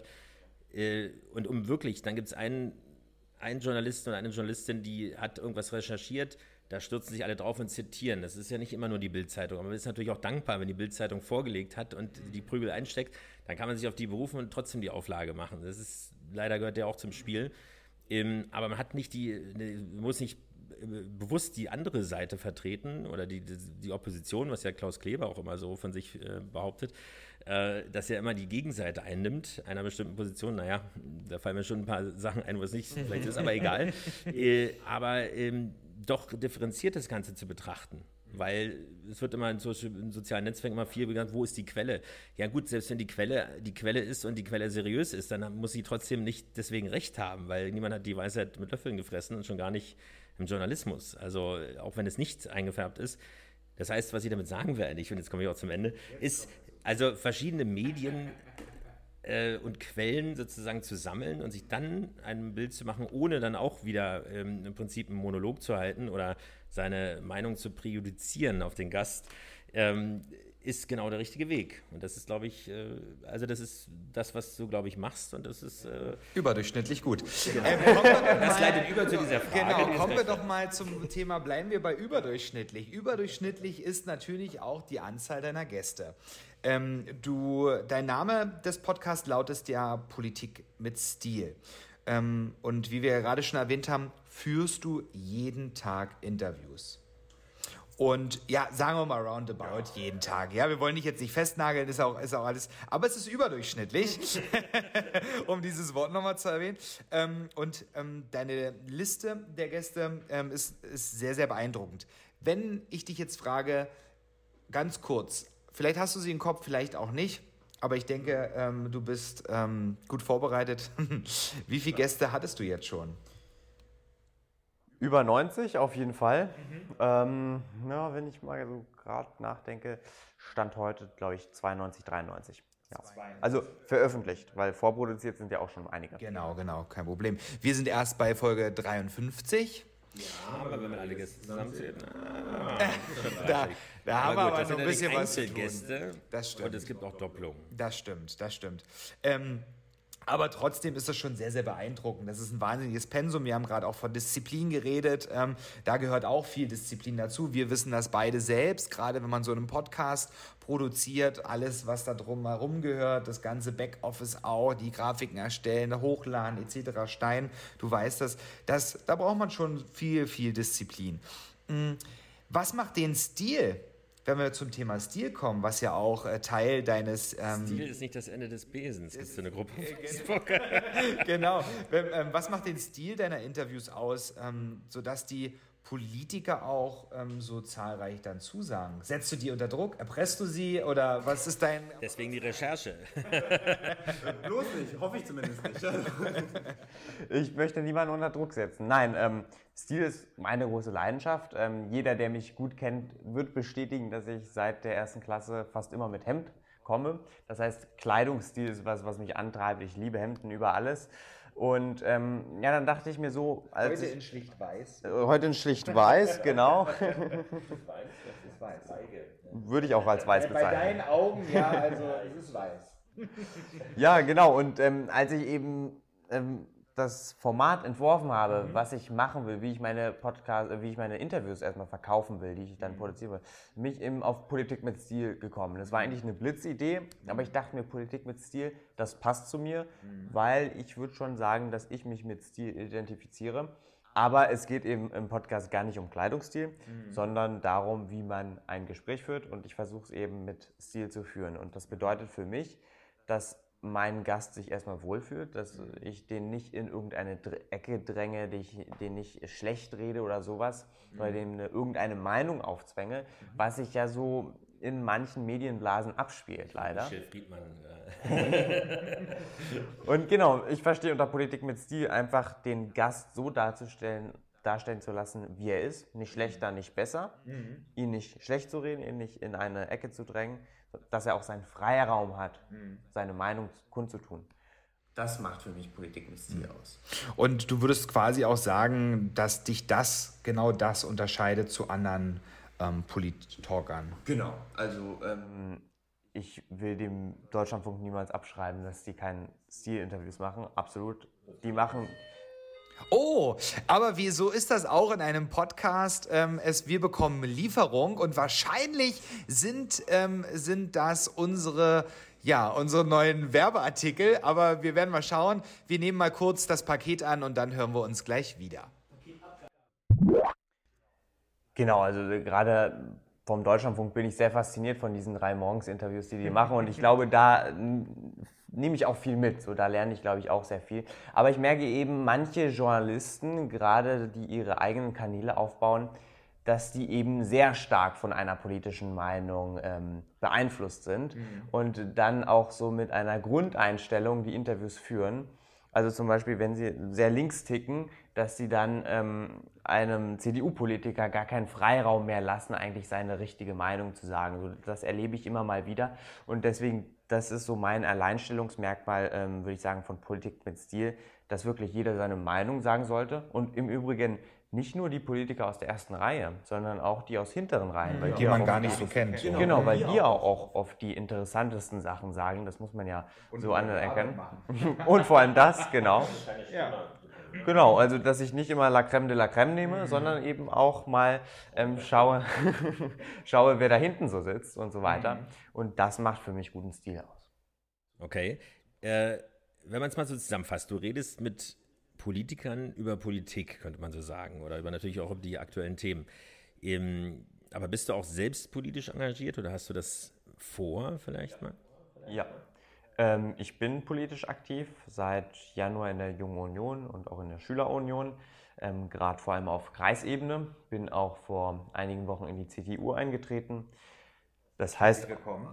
Und dann gibt es einen Journalisten oder eine Journalistin, die hat irgendwas recherchiert, da stürzen sich alle drauf und zitieren. Das ist ja nicht immer nur die Bild-Zeitung, aber man ist natürlich auch dankbar, wenn die Bild-Zeitung vorgelegt hat und die Prügel einsteckt, dann kann man sich auf die berufen und trotzdem die Auflage machen. Das ist, leider gehört ja auch zum Spiel. Aber man hat muss nicht bewusst die andere Seite vertreten oder die Opposition, was ja Klaus Kleber auch immer so von sich behauptet, dass er immer die Gegenseite einnimmt, einer bestimmten Position. Naja, da fallen mir schon ein paar Sachen ein, wo es nicht vielleicht ist, aber egal. Aber doch differenziert das Ganze zu betrachten. Weil es wird immer in sozialen Netzwerken immer viel genannt, wo ist die Quelle? Ja gut, selbst wenn die Quelle ist und die Quelle seriös ist, dann muss sie trotzdem nicht deswegen recht haben, weil niemand hat die Weisheit mit Löffeln gefressen und schon gar nicht im Journalismus. Also auch wenn es nicht eingefärbt ist. Das heißt, was ich damit sagen will eigentlich, und jetzt komme ich auch zum Ende, ist also verschiedene Medien und Quellen sozusagen zu sammeln und sich dann ein Bild zu machen, ohne dann auch wieder im Prinzip einen Monolog zu halten oder seine Meinung zu präjudizieren auf den Gast, ist genau der richtige Weg. Und das ist, glaube ich, das ist das, was du, glaube ich, machst und das ist überdurchschnittlich gut. Genau. Das leitet über zu dieser Frage. Genau, kommen wir doch mal zum Thema, bleiben wir bei überdurchschnittlich. Überdurchschnittlich ist natürlich auch die Anzahl deiner Gäste. Dein Name des Podcasts lautet ja Politik mit Stil. Und wie wir ja gerade schon erwähnt haben, führst du jeden Tag Interviews. Und ja, sagen wir mal roundabout jeden Tag. Ja, wir wollen dich jetzt nicht festnageln, ist auch alles, aber es ist überdurchschnittlich, um dieses Wort nochmal zu erwähnen. Deine Liste der Gäste ist sehr, sehr beeindruckend. Wenn ich dich jetzt frage, ganz kurz, vielleicht hast du sie im Kopf, vielleicht auch nicht, aber ich denke, du bist gut vorbereitet. Wie viele Gäste hattest du jetzt schon? Über 90 auf jeden Fall. Wenn ich mal so gerade nachdenke, Stand heute, glaube ich, 92, 93. Ja. Also veröffentlicht, weil vorproduziert sind ja auch schon einige. Genau, kein Problem. Wir sind erst bei Folge 53. Ja, aber wenn man alle Gäste zusammenzählt, da haben wir aber noch ein bisschen was zu tun. Gäste. Das stimmt. Und es gibt auch Doppelungen. Das stimmt. Aber trotzdem ist das schon sehr, sehr beeindruckend. Das ist ein wahnsinniges Pensum. Wir haben gerade auch von Disziplin geredet. Da gehört auch viel Disziplin dazu. Wir wissen das beide selbst, gerade wenn man so einen Podcast produziert, alles, was da drumherum gehört, das ganze Backoffice auch, die Grafiken erstellen, hochladen etc. Stein, du weißt das. Da braucht man schon viel, viel Disziplin. Was macht den Stil? Wenn wir zum Thema Stil kommen, was ja auch Teil deines... Stil ist nicht das Ende des Besens, gibt es eine Gruppe auf Facebook. Genau. Was macht den Stil deiner Interviews aus, sodass die Politiker auch so zahlreich dann zusagen? Setzt du die unter Druck? Erpresst du sie? Oder was ist dein... Deswegen die Recherche. Bloß nicht, hoffe ich zumindest nicht. Ich möchte niemanden unter Druck setzen. Nein, Stil ist meine große Leidenschaft. Jeder, der mich gut kennt, wird bestätigen, dass ich seit der 1. Klasse fast immer mit Hemd komme. Das heißt, Kleidungsstil ist was mich antreibt. Ich liebe Hemden über alles. Und dann dachte ich mir so... Heute in schlicht weiß. Heute in schlicht weiß, genau. Das ist weiß. Würde ich auch als weiß bezeichnen. Bei deinen Augen, ja, also es ist weiß. Ja, genau. Und als ich eben das Format entworfen habe, was ich machen will, wie ich meine Interviews erstmal verkaufen will, die ich dann produzieren will, bin ich eben auf Politik mit Stil gekommen. Das war eigentlich eine Blitzidee, aber ich dachte mir, Politik mit Stil, das passt zu mir, weil ich würde schon sagen, dass ich mich mit Stil identifiziere. Aber es geht eben im Podcast gar nicht um Kleidungsstil, sondern darum, wie man ein Gespräch führt, und ich versuche es eben mit Stil zu führen. Und das bedeutet für mich, dass mein Gast sich erstmal wohlfühlt, dass ich den nicht in irgendeine Ecke dränge, den nicht schlecht rede oder sowas, oder dem irgendeine Meinung aufzwänge, was sich ja so in manchen Medienblasen abspielt, leider. Michel Friedmann. Und genau, ich verstehe unter Politik mit Stil einfach den Gast so darstellen zu lassen, wie er ist. Nicht schlechter, nicht besser. Ihn nicht schlecht zu reden, ihn nicht in eine Ecke zu drängen, dass er auch seinen Freiraum hat, seine Meinung kundzutun. Das macht für mich Politik mit Stil aus. Und du würdest quasi auch sagen, dass dich genau das unterscheidet zu anderen Polit-Talkern. Genau, also ich will dem Deutschlandfunk niemals abschreiben, dass die keine Stil-Interviews machen. Absolut. Die machen... Oh, aber wieso ist das auch in einem Podcast? Wir bekommen Lieferung und wahrscheinlich sind das unsere neuen Werbeartikel. Aber wir werden mal schauen. Wir nehmen mal kurz das Paket an und dann hören wir uns gleich wieder. Genau, also gerade vom Deutschlandfunk bin ich sehr fasziniert von diesen 3 Morgens-Interviews, die machen. Und ich glaube, da nehme ich auch viel mit. So, da lerne ich, glaube ich, auch sehr viel. Aber ich merke eben, manche Journalisten, gerade die ihre eigenen Kanäle aufbauen, dass die eben sehr stark von einer politischen Meinung beeinflusst sind und dann auch so mit einer Grundeinstellung die Interviews führen. Also zum Beispiel, wenn sie sehr links ticken, dass sie dann einem CDU-Politiker gar keinen Freiraum mehr lassen, eigentlich seine richtige Meinung zu sagen. So, das erlebe ich immer mal wieder. Und deswegen, das ist so mein Alleinstellungsmerkmal, würde ich sagen, von Politik mit Stil, dass wirklich jeder seine Meinung sagen sollte. Und im Übrigen nicht nur die Politiker aus der ersten Reihe, sondern auch die aus hinteren Reihen. Weil die man gar nicht so kennt. Genau, weil die auch oft die interessantesten Sachen sagen. Das muss man ja so anerkennen. Und vor allem das, genau. Ja. Genau, also dass ich nicht immer La Crème de la Crème nehme, sondern eben auch mal schaue, wer da hinten so sitzt und so weiter. Und das macht für mich guten Stil aus. Okay. Wenn man es mal so zusammenfasst, du redest mit Politikern über Politik, könnte man so sagen, oder natürlich auch über die aktuellen Themen. Aber bist du auch selbst politisch engagiert oder hast du das vor vielleicht mal? Ja. Ich bin politisch aktiv seit Januar in der Jungen Union und auch in der Schülerunion, gerade vor allem auf Kreisebene. Bin auch vor einigen Wochen in die CDU eingetreten. Das heißt,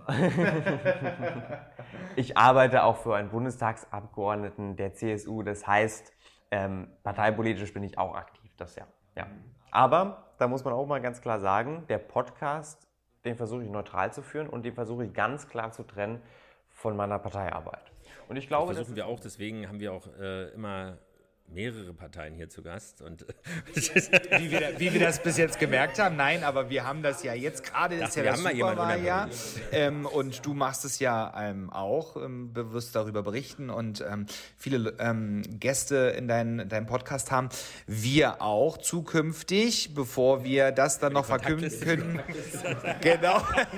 ich arbeite auch für einen Bundestagsabgeordneten der CSU. Das heißt, parteipolitisch bin ich auch aktiv, das ja. Aber da muss man auch mal ganz klar sagen, der Podcast, den versuche ich neutral zu führen und den versuche ich ganz klar zu trennen von meiner Parteiarbeit. Und ich glaube, das versuchen wir auch, deswegen haben wir auch immer mehrere Parteien hier zu Gast. Und wie wir das bis jetzt gemerkt haben, nein, aber wir haben das ja jetzt gerade, ist ja das Superwahljahr, und du machst es ja auch, bewusst darüber berichten und viele Gäste in deinem Podcast haben. Wir auch zukünftig, bevor wir das dann noch verkünden. Genau.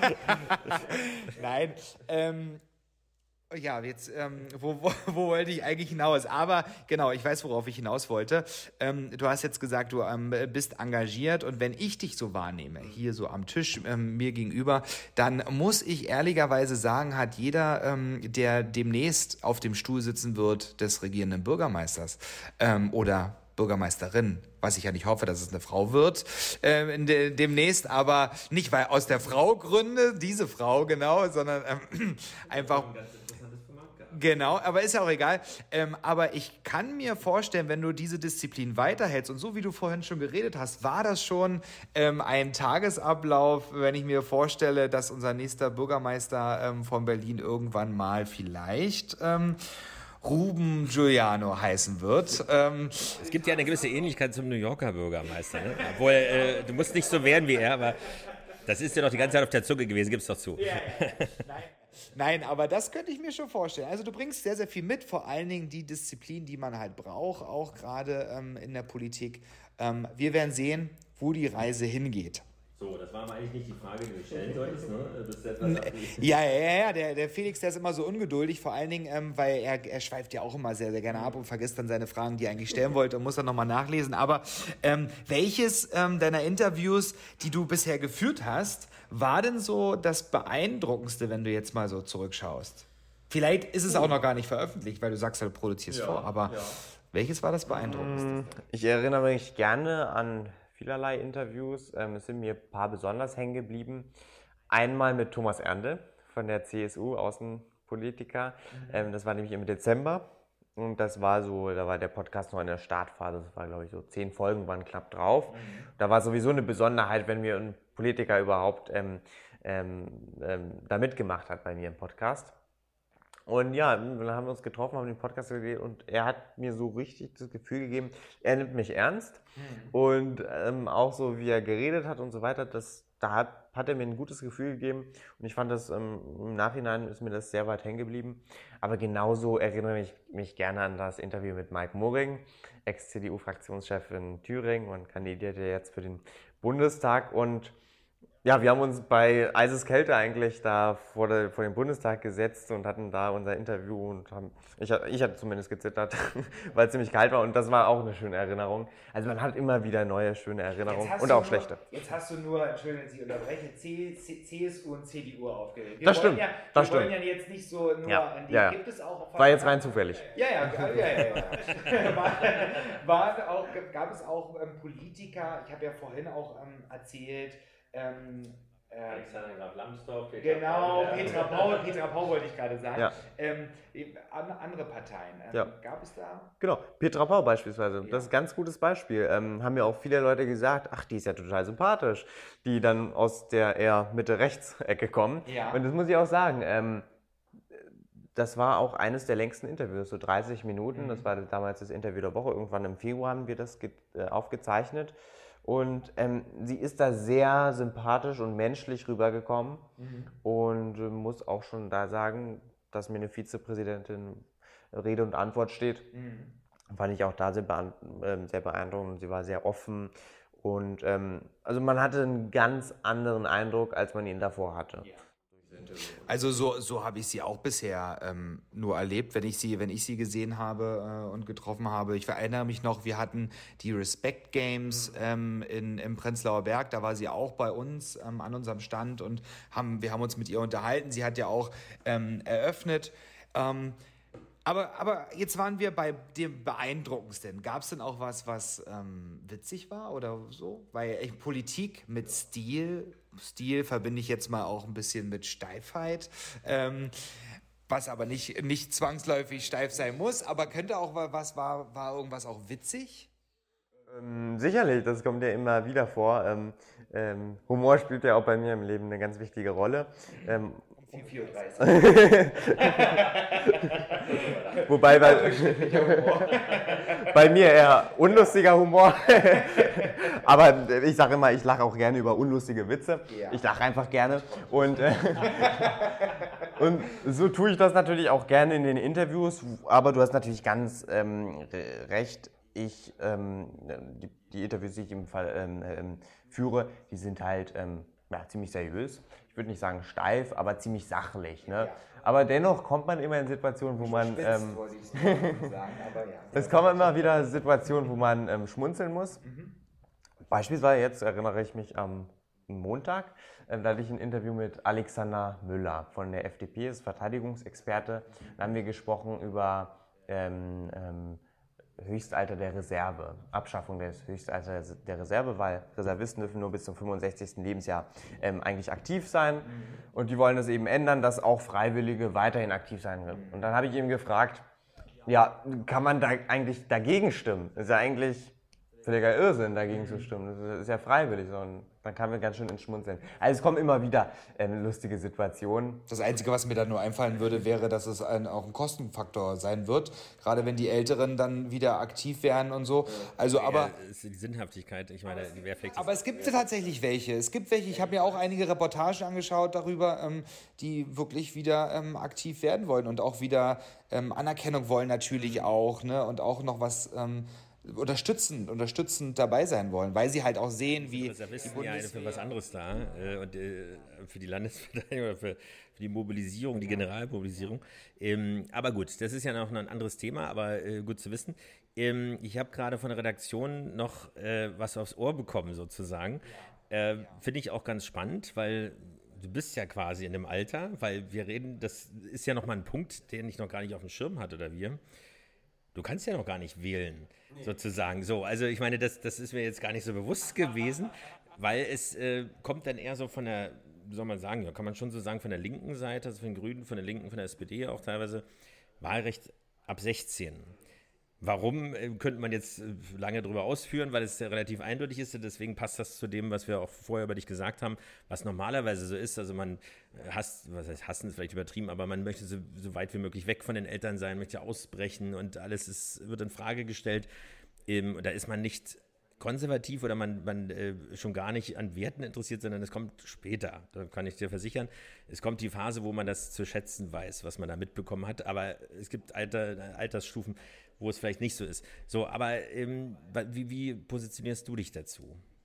Nein, ja, jetzt, wo wollte ich eigentlich hinaus? Aber genau, ich weiß, worauf ich hinaus wollte. Du hast jetzt gesagt, du bist engagiert, und wenn ich dich so wahrnehme, hier so am Tisch mir gegenüber, dann muss ich ehrlicherweise sagen, hat jeder, der demnächst auf dem Stuhl sitzen wird des regierenden Bürgermeisters oder Bürgermeisterin, was ich ja nicht hoffe, dass es eine Frau wird, demnächst, aber nicht, weil aus der Frau Gründe, diese Frau, genau, sondern einfach... Genau, aber ist ja auch egal. Aber ich kann mir vorstellen, wenn du diese Disziplin weiterhältst und so wie du vorhin schon geredet hast, war das schon ein Tagesablauf, wenn ich mir vorstelle, dass unser nächster Bürgermeister von Berlin irgendwann mal vielleicht Ruben Giuliano heißen wird. Es gibt ja eine gewisse Ähnlichkeit zum New Yorker Bürgermeister. Ne? Obwohl, du musst nicht so werden wie er, aber das ist ja doch die ganze Zeit auf der Zunge gewesen, gib's doch zu. Ja. Nein, aber das könnte ich mir schon vorstellen. Also du bringst sehr, sehr viel mit, vor allen Dingen die Disziplin, die man halt braucht, auch gerade in der Politik. Wir werden sehen, wo die Reise hingeht. So, das war aber eigentlich nicht die Frage, die du stellen solltest, ne? Ja, der Felix, der ist immer so ungeduldig, vor allen Dingen, weil er schweift ja auch immer sehr, sehr gerne ab und vergisst dann seine Fragen, die er eigentlich stellen wollte und muss dann nochmal nachlesen. Aber welches deiner Interviews, die du bisher geführt hast, war denn so das Beeindruckendste, wenn du jetzt mal so zurückschaust? Vielleicht ist es auch noch gar nicht veröffentlicht, weil du sagst, du produzierst vor, aber welches war das Beeindruckendste? Ich erinnere mich gerne an vielerlei Interviews. Es sind mir ein paar besonders hängen geblieben. Einmal mit Thomas Ernde von der CSU, Außenpolitiker. Das war nämlich im Dezember. Und das war so, da war der Podcast noch in der Startphase. Das war, glaube ich, so 10 Folgen waren knapp drauf. Da war sowieso eine Besonderheit, wenn mir ein Politiker überhaupt da mitgemacht hat bei mir im Podcast. Und ja, dann haben wir uns getroffen, haben den Podcast geredet und er hat mir so richtig das Gefühl gegeben, er nimmt mich ernst. Und auch so, wie er geredet hat und so weiter, da hat er mir ein gutes Gefühl gegeben. Und ich fand das, im Nachhinein ist mir das sehr weit hängen geblieben. Aber genauso erinnere ich mich gerne an das Interview mit Mike Moring, Ex-CDU-Fraktionschef in Thüringen und kandidiert ja jetzt für den Bundestag. Und ja, wir haben uns bei Eiseskälte eigentlich da vor den Bundestag gesetzt und hatten da unser Interview und ich hatte zumindest gezittert, weil es ziemlich kalt war und das war auch eine schöne Erinnerung. Also man hat immer wieder neue schöne Erinnerungen und auch schlechte. Jetzt hast du nur, Entschuldigung, Sie unterbreche, CSU und CDU aufgewählt. Das stimmt. Wir wollen ja jetzt nicht so nur an die, gibt es auch... War jetzt rein zufällig. Ja. Gab es auch Politiker, ich habe ja vorhin auch erzählt, Alexander Graf Lambsdorff, Petra Pau wollte ich gerade sagen. Ja. Andere Parteien. Gab es da? Genau, Petra Pau beispielsweise. Das ist ein ganz gutes Beispiel. Haben mir auch viele Leute gesagt, ach, die ist ja total sympathisch, die dann aus der eher Mitte-Rechts-Ecke kommen. Ja. Und das muss ich auch sagen, das war auch eines der längsten Interviews, so 30 Minuten. Das war damals das Interview der Woche. Irgendwann im Februar haben wir das aufgezeichnet. Und sie ist da sehr sympathisch und menschlich rübergekommen und muss auch schon da sagen, dass mir eine Vizepräsidentin Rede und Antwort steht. Fand ich auch da sehr beeindruckend und sie war sehr offen. Und also man hatte einen ganz anderen Eindruck, als man ihn davor hatte. Ja. Also so habe ich sie auch bisher nur erlebt, wenn ich sie gesehen habe und getroffen habe. Ich erinnere mich noch, wir hatten die Respect Games im Prenzlauer Berg, da war sie auch bei uns an unserem Stand und wir haben uns mit ihr unterhalten. Sie hat ja auch eröffnet. Aber jetzt waren wir bei dem Beeindruckendsten. Gab es denn auch was witzig war oder so? Weil Politik mit Stil verbinde ich jetzt mal auch ein bisschen mit Steifheit, was aber nicht zwangsläufig steif sein muss. Aber könnte auch war irgendwas auch witzig? Sicherlich, das kommt ja immer wieder vor. Humor spielt ja auch bei mir im Leben eine ganz wichtige Rolle. 4,34. Wobei bei mir eher unlustiger Humor. Aber ich sage immer, ich lache auch gerne über unlustige Witze. Ja. Ich lache einfach gerne. Und so tue ich das natürlich auch gerne in den Interviews. Aber du hast natürlich ganz recht. Die Interviews, die ich im Fall führe, die sind halt ziemlich seriös. Ich würde nicht sagen steif, aber ziemlich sachlich. Ne? Ja. Aber dennoch kommt man immer in Situationen, wo man... Es kommen immer wieder Situationen, wo man schmunzeln muss. Beispielsweise, jetzt erinnere ich mich am Montag, da hatte ich ein Interview mit Alexander Müller von der FDP, ist Verteidigungsexperte. Da haben wir gesprochen über Höchstalter der Reserve, Abschaffung des Höchstalters der Reserve, weil Reservisten dürfen nur bis zum 65. Lebensjahr eigentlich aktiv sein. Und die wollen das eben ändern, dass auch Freiwillige weiterhin aktiv sein können. Und dann habe ich eben gefragt, ja, kann man da eigentlich dagegen stimmen? Das ist ja eigentlich völliger Irrsinn, dagegen zu stimmen. Das ist ja freiwillig. Und dann kamen wir ganz schön ins Schmunzeln. Also es kommen immer wieder lustige Situationen. Das Einzige, was mir da nur einfallen würde, wäre, dass es auch ein Kostenfaktor sein wird. Gerade wenn die Älteren dann wieder aktiv werden und so. Also, aber die Sinnhaftigkeit, ich meine, die wäre vielleicht. Aber es gibt tatsächlich welche. Ich habe mir auch einige Reportagen angeschaut darüber, die wirklich wieder aktiv werden wollen und auch wieder Anerkennung wollen natürlich auch, ne? Und auch noch was unterstützend dabei sein wollen, weil sie halt auch sehen, wie Reservisten ja für was anderes da und für die Landesverteidigung oder für die Mobilisierung, die Generalmobilisierung. Aber gut, das ist ja noch ein anderes Thema, aber gut zu wissen. Ich habe gerade von der Redaktion noch was aufs Ohr bekommen sozusagen. Finde ich auch ganz spannend, weil du bist ja quasi in dem Alter, weil wir reden, das ist ja nochmal ein Punkt, den ich noch gar nicht auf dem Schirm hatte oder wir. Du kannst ja noch gar nicht wählen, sozusagen. So, also ich meine, das ist mir jetzt gar nicht so bewusst gewesen, weil es kommt dann eher so von der, wie soll man sagen, ja, kann man schon so sagen, von der linken Seite, also von den Grünen, von der Linken, von der SPD auch teilweise, Wahlrecht ab 16. Warum, könnte man jetzt lange drüber ausführen, weil es relativ eindeutig ist. Deswegen passt das zu dem, was wir auch vorher über dich gesagt haben, was normalerweise so ist. Also man hasst, was heißt hassen ist vielleicht übertrieben, aber man möchte so weit wie möglich weg von den Eltern sein, möchte ausbrechen und alles wird in Frage gestellt. Da ist man nicht konservativ oder man schon gar nicht an Werten interessiert, sondern es kommt später. Da kann ich dir versichern. Es kommt die Phase, wo man das zu schätzen weiß, was man da mitbekommen hat. Aber es gibt Altersstufen, wo es vielleicht nicht so ist. So, aber wie positionierst du dich dazu?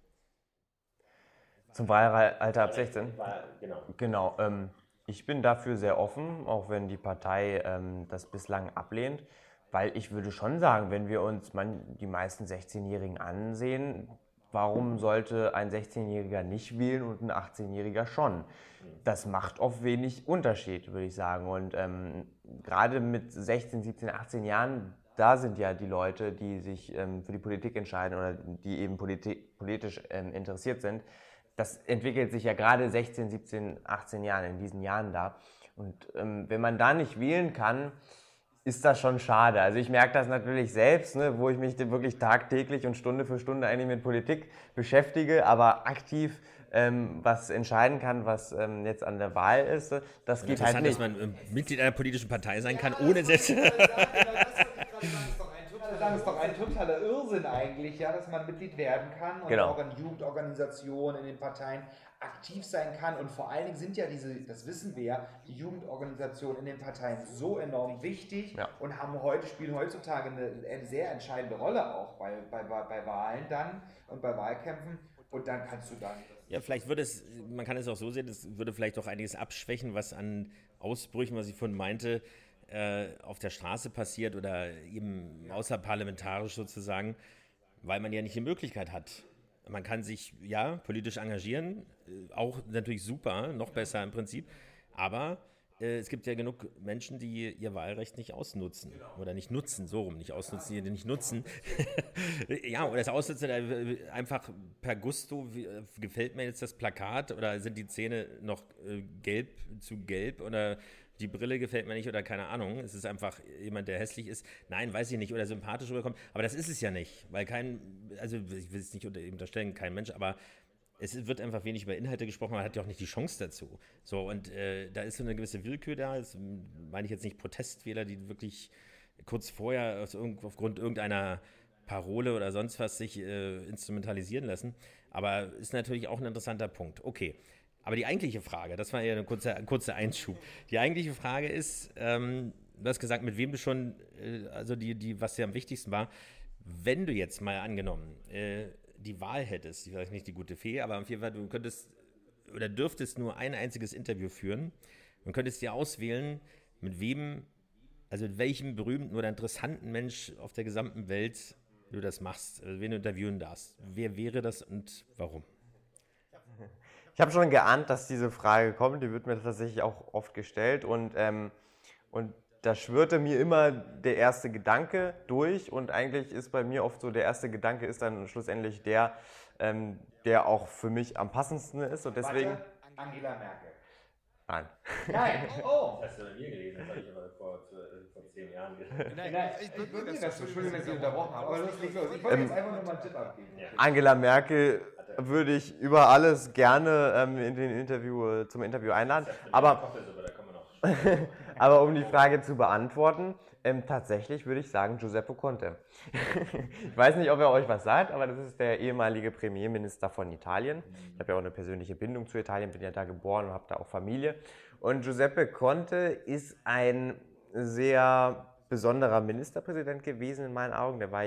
Zum Wahlalter ab 16? Genau. Genau. Ich bin dafür sehr offen, auch wenn die Partei das bislang ablehnt. Weil ich würde schon sagen, wenn wir uns die meisten 16-Jährigen ansehen, warum sollte ein 16-Jähriger nicht wählen und ein 18-Jähriger schon? Das macht oft wenig Unterschied, würde ich sagen. Und gerade mit 16, 17, 18 Jahren, da sind ja die Leute, die sich für die Politik entscheiden oder die eben politisch interessiert sind. Das entwickelt sich ja gerade 16, 17, 18 Jahren, in diesen Jahren da. Und wenn man da nicht wählen kann, ist das schon schade. Also ich merke das natürlich selbst, ne, wo ich mich wirklich tagtäglich und Stunde für Stunde eigentlich mit Politik beschäftige, aber aktiv was entscheiden kann, was jetzt an der Wahl ist, das geht halt nicht. Dass man Mitglied einer politischen Partei sein kann, ohne selbst... Das ist doch ein totaler Irrsinn eigentlich, ja, dass man Mitglied werden kann und auch in Jugendorganisationen, in den Parteien aktiv sein kann. Und vor allen Dingen sind ja das wissen wir ja, die Jugendorganisationen in den Parteien so enorm wichtig und spielen heutzutage eine sehr entscheidende Rolle auch bei Wahlen dann und bei Wahlkämpfen. Und dann kannst du dann... Ja, vielleicht man kann es auch so sehen, es würde vielleicht auch einiges abschwächen, was an Ausbrüchen, was ich vorhin meinte, auf der Straße passiert oder eben außerparlamentarisch sozusagen, weil man ja nicht die Möglichkeit hat. Man kann sich, ja, politisch engagieren, auch natürlich super, noch besser im Prinzip, aber es gibt ja genug Menschen, die ihr Wahlrecht nicht ausnutzen oder nicht nutzen, so rum, nicht ausnutzen, die nicht nutzen. Ja, oder das Ausnutzen einfach per Gusto, gefällt mir jetzt das Plakat oder sind die Zähne noch zu gelb oder die Brille gefällt mir nicht oder keine Ahnung, es ist einfach jemand, der hässlich ist. Nein, weiß ich nicht, oder sympathisch rüberkommt. Aber das ist es ja nicht, weil also ich will es nicht unterstellen, kein Mensch, aber es wird einfach wenig über Inhalte gesprochen, man hat ja auch nicht die Chance dazu. So, und da ist so eine gewisse Willkür da, das meine ich jetzt nicht Protestwähler, die wirklich kurz vorher aufgrund irgendeiner Parole oder sonst was sich instrumentalisieren lassen. Aber ist natürlich auch ein interessanter Punkt. Okay. Aber die eigentliche Frage, das war ja ein kurzer Einschub. Die eigentliche Frage ist, du hast gesagt, mit wem du schon, also was dir am wichtigsten war, wenn du jetzt mal angenommen die Wahl hättest, vielleicht nicht die gute Fee, aber auf jeden Fall, du könntest oder dürftest nur ein einziges Interview führen und könntest dir auswählen, mit wem, also mit welchem berühmten oder interessanten Mensch auf der gesamten Welt du das machst, also wen du interviewen darfst. Wer wäre das und warum? Ich habe schon geahnt, dass diese Frage kommt, die wird mir tatsächlich auch oft gestellt und da schwirrte mir immer der erste Gedanke durch und eigentlich ist bei mir oft so, der erste Gedanke ist dann schlussendlich der auch für mich am passendsten ist und deswegen... Warte, Angela Merkel. Nein. Nein, oh! Das hast du bei mir gelesen, das habe ich aber vor 10 Jahren gelesen. Nein, Entschuldigung, dass ich unterbrochen habe, aber los, leg los. Ich wollte jetzt einfach nur mal einen Tipp abgeben. Ja. Angela Merkel würde ich über alles gerne zum Interview einladen, aber aber um die Frage zu beantworten, tatsächlich würde ich sagen Giuseppe Conte. Ich weiß nicht, ob er euch was sagt, aber das ist der ehemalige Premierminister von Italien. Ich habe ja auch eine persönliche Bindung zu Italien, bin ja da geboren und habe da auch Familie. Und Giuseppe Conte ist ein sehr besonderer Ministerpräsident gewesen in meinen Augen. Der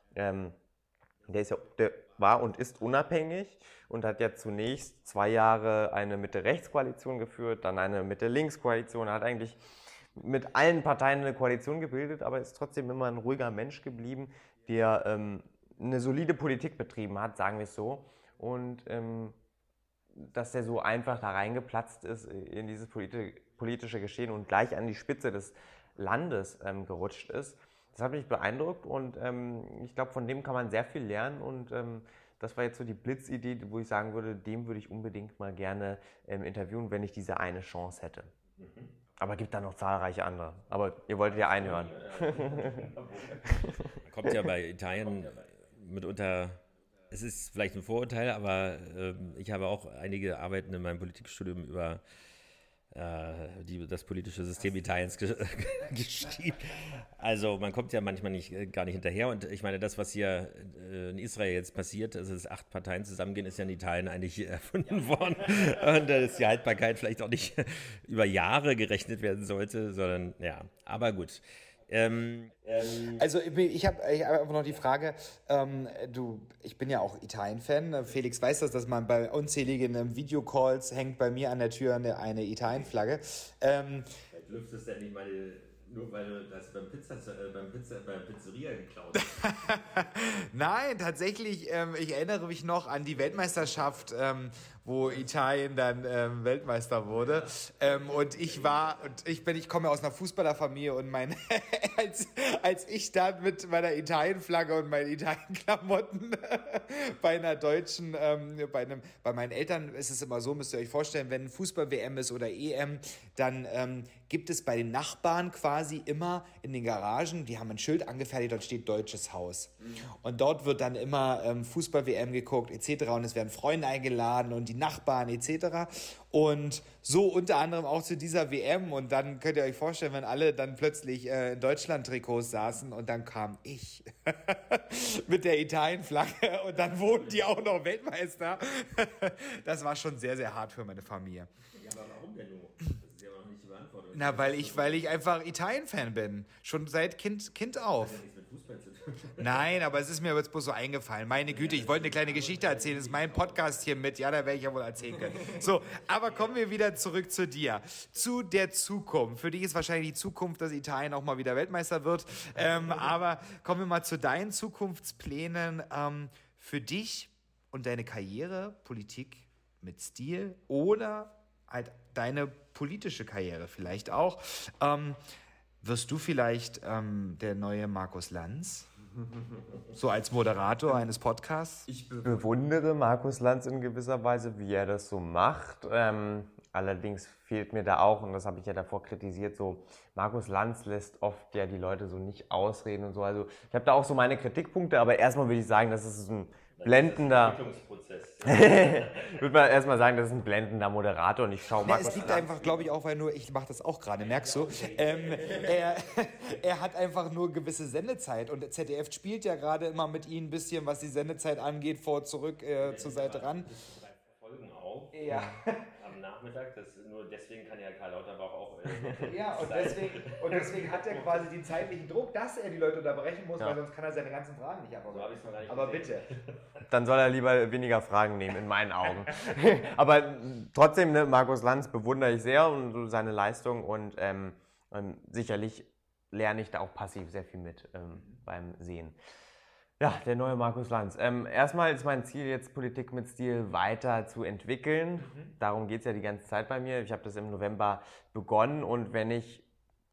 war und ist unabhängig und hat ja zunächst 2 Jahre eine Mitte-Rechts-Koalition geführt, dann eine Mitte-Links-Koalition. Er hat eigentlich mit allen Parteien eine Koalition gebildet, aber ist trotzdem immer ein ruhiger Mensch geblieben, der eine solide Politik betrieben hat, sagen wir es so. Und dass der so einfach da reingeplatzt ist in dieses politische Geschehen und gleich an die Spitze des Landes gerutscht ist, das hat mich beeindruckt und ich glaube, von dem kann man sehr viel lernen und das war jetzt so die Blitzidee, wo ich sagen würde, dem würde ich unbedingt mal gerne interviewen, wenn ich diese eine Chance hätte. Aber es gibt da noch zahlreiche andere. Aber ihr wolltet ja einhören. Man kommt ja bei Italien mitunter, es ist vielleicht ein Vorurteil, aber ich habe auch einige Arbeiten in meinem Politikstudium über das politische System Italiens geschrieben. Also man kommt ja manchmal gar nicht hinterher und ich meine, das, was hier in Israel jetzt passiert, also dass 8 Parteien zusammengehen, ist ja in Italien eigentlich erfunden worden und dass die Haltbarkeit vielleicht auch nicht über Jahre gerechnet werden sollte, sondern ja, aber gut. Also ich hab einfach noch die Frage, ich bin ja auch Italien-Fan, Felix weiß das, dass man bei unzähligen Videocalls hängt bei mir an der Tür eine Italien-Flagge. Vielleicht lüftest du ja nicht nur weil du das beim Pizzeria geklaut hast. Nein, tatsächlich, ich erinnere mich noch an die Weltmeisterschaft, wo Italien dann Weltmeister wurde. Und ich komme ja aus einer Fußballerfamilie und als ich dann mit meiner Italien-Flagge und meinen Italien-Klamotten bei einer deutschen, bei meinen Eltern ist es immer so, müsst ihr euch vorstellen, wenn Fußball-WM ist oder EM, dann gibt es bei den Nachbarn quasi immer in den Garagen, die haben ein Schild angefertigt, dort steht Deutsches Haus. Und dort wird dann immer Fußball-WM geguckt etc. Und es werden Freunde eingeladen und die Nachbarn etc. Und so unter anderem auch zu dieser WM. Und dann könnt ihr euch vorstellen, wenn alle dann plötzlich in Deutschland-Trikots saßen und dann kam ich mit der Italien-Flagge und dann wurden die auch noch Weltmeister. Das war schon sehr, sehr hart für meine Familie. Ja, aber warum denn nur? Na, weil ich einfach Italien-Fan bin. Schon seit Kind auf. Das hat ja nichts mit Fußball zu tun. Nein, aber es ist mir jetzt bloß so eingefallen. Meine Güte, ich wollte eine kleine Geschichte erzählen. Das ist mein Podcast hier mit. Ja, da werde ich ja wohl erzählen können. So, aber kommen wir wieder zurück zu dir. Zu der Zukunft. Für dich ist wahrscheinlich die Zukunft, dass Italien auch mal wieder Weltmeister wird. Aber kommen wir mal zu deinen Zukunftsplänen. Für dich und deine Karriere, Politik mit Stil oder halt deine politische Karriere vielleicht auch. Wirst du vielleicht der neue Markus Lanz? So als Moderator eines Podcasts? Ich bewundere Markus Lanz in gewisser Weise, wie er das so macht. Allerdings fehlt mir da auch, und das habe ich ja davor kritisiert, so Markus Lanz lässt oft ja die Leute so nicht ausreden und so. Also ich habe da auch so meine Kritikpunkte, aber erstmal würde ich sagen, das ist ein blendender. Würde man erstmal sagen, das ist ein blendender Moderator und ich schaue Markus Es liegt einfach, glaube ich, auch, weil nur, ich mache das auch gerade, merkst du, er hat einfach nur gewisse Sendezeit und ZDF spielt ja gerade immer mit ihm ein bisschen, was die Sendezeit angeht, zurück zur Seite ran. 3 Folgen auf. Ja. Am Nachmittag, nur deswegen kann ja Karl Lauterbach auch. Ja, und deswegen hat er quasi den zeitlichen Druck, dass er die Leute unterbrechen muss, weil sonst kann er seine ganzen Fragen nicht So habe ich es noch gar nicht Aber gesehen. bitte. Dann soll er lieber weniger Fragen nehmen, in meinen Augen. Aber trotzdem, ne, Markus Lanz bewundere ich sehr und so seine Leistung und sicherlich lerne ich da auch passiv sehr viel mit beim Sehen. Ja, der neue Markus Lanz. Erstmal ist mein Ziel jetzt, Politik mit Stil weiter zu entwickeln. Darum geht es ja die ganze Zeit bei mir. Ich habe das im November begonnen und wenn ich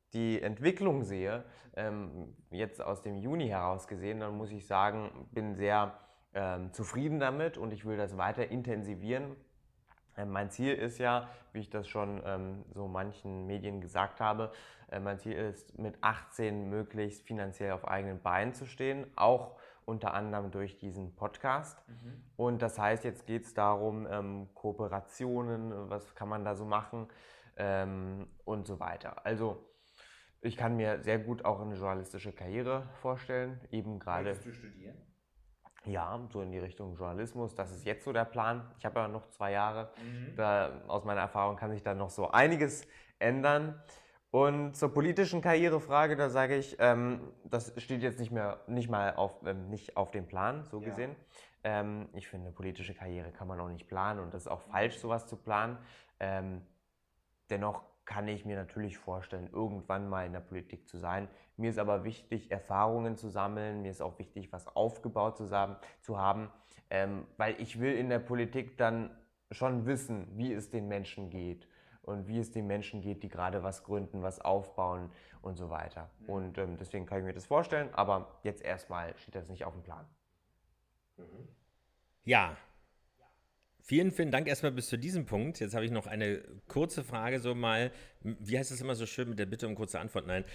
die Entwicklung sehe, jetzt aus dem Juni heraus gesehen, dann muss ich sagen, bin sehr zufrieden damit und ich will das weiter intensivieren. Mein Ziel ist ja, wie ich das schon so manchen Medien gesagt habe, mein Ziel ist, mit 18 möglichst finanziell auf eigenen Beinen zu stehen, auch unter anderem durch diesen Podcast. Und das heißt, jetzt geht es darum, Kooperationen, was kann man da so machen und so weiter. Also ich kann mir sehr gut auch eine journalistische Karriere vorstellen, eben gerade. Möchtest du studieren? Ja, so in die Richtung Journalismus. Das ist jetzt so der Plan. Ich habe ja noch 2 Jahre. Aus meiner Erfahrung kann sich da noch so einiges ändern. Und zur politischen Karrierefrage, da sage ich, das steht jetzt nicht auf dem Plan, so gesehen. Ich finde, politische Karriere kann man auch nicht planen und das ist auch falsch, sowas zu planen. Dennoch kann ich mir natürlich vorstellen, irgendwann mal in der Politik zu sein. Mir ist aber wichtig, Erfahrungen zu sammeln. Mir ist auch wichtig, was aufgebaut zu haben, weil ich will in der Politik dann schon wissen, wie es den Menschen geht und wie es den Menschen geht, die gerade was gründen, was aufbauen und so weiter. Und deswegen kann ich mir das vorstellen, aber jetzt erstmal steht das nicht auf dem Plan. Ja. Vielen, vielen Dank erstmal bis zu diesem Punkt. Jetzt habe ich noch eine kurze Frage, so mal, wie heißt es immer so schön mit der Bitte um kurze Antwort? Nein.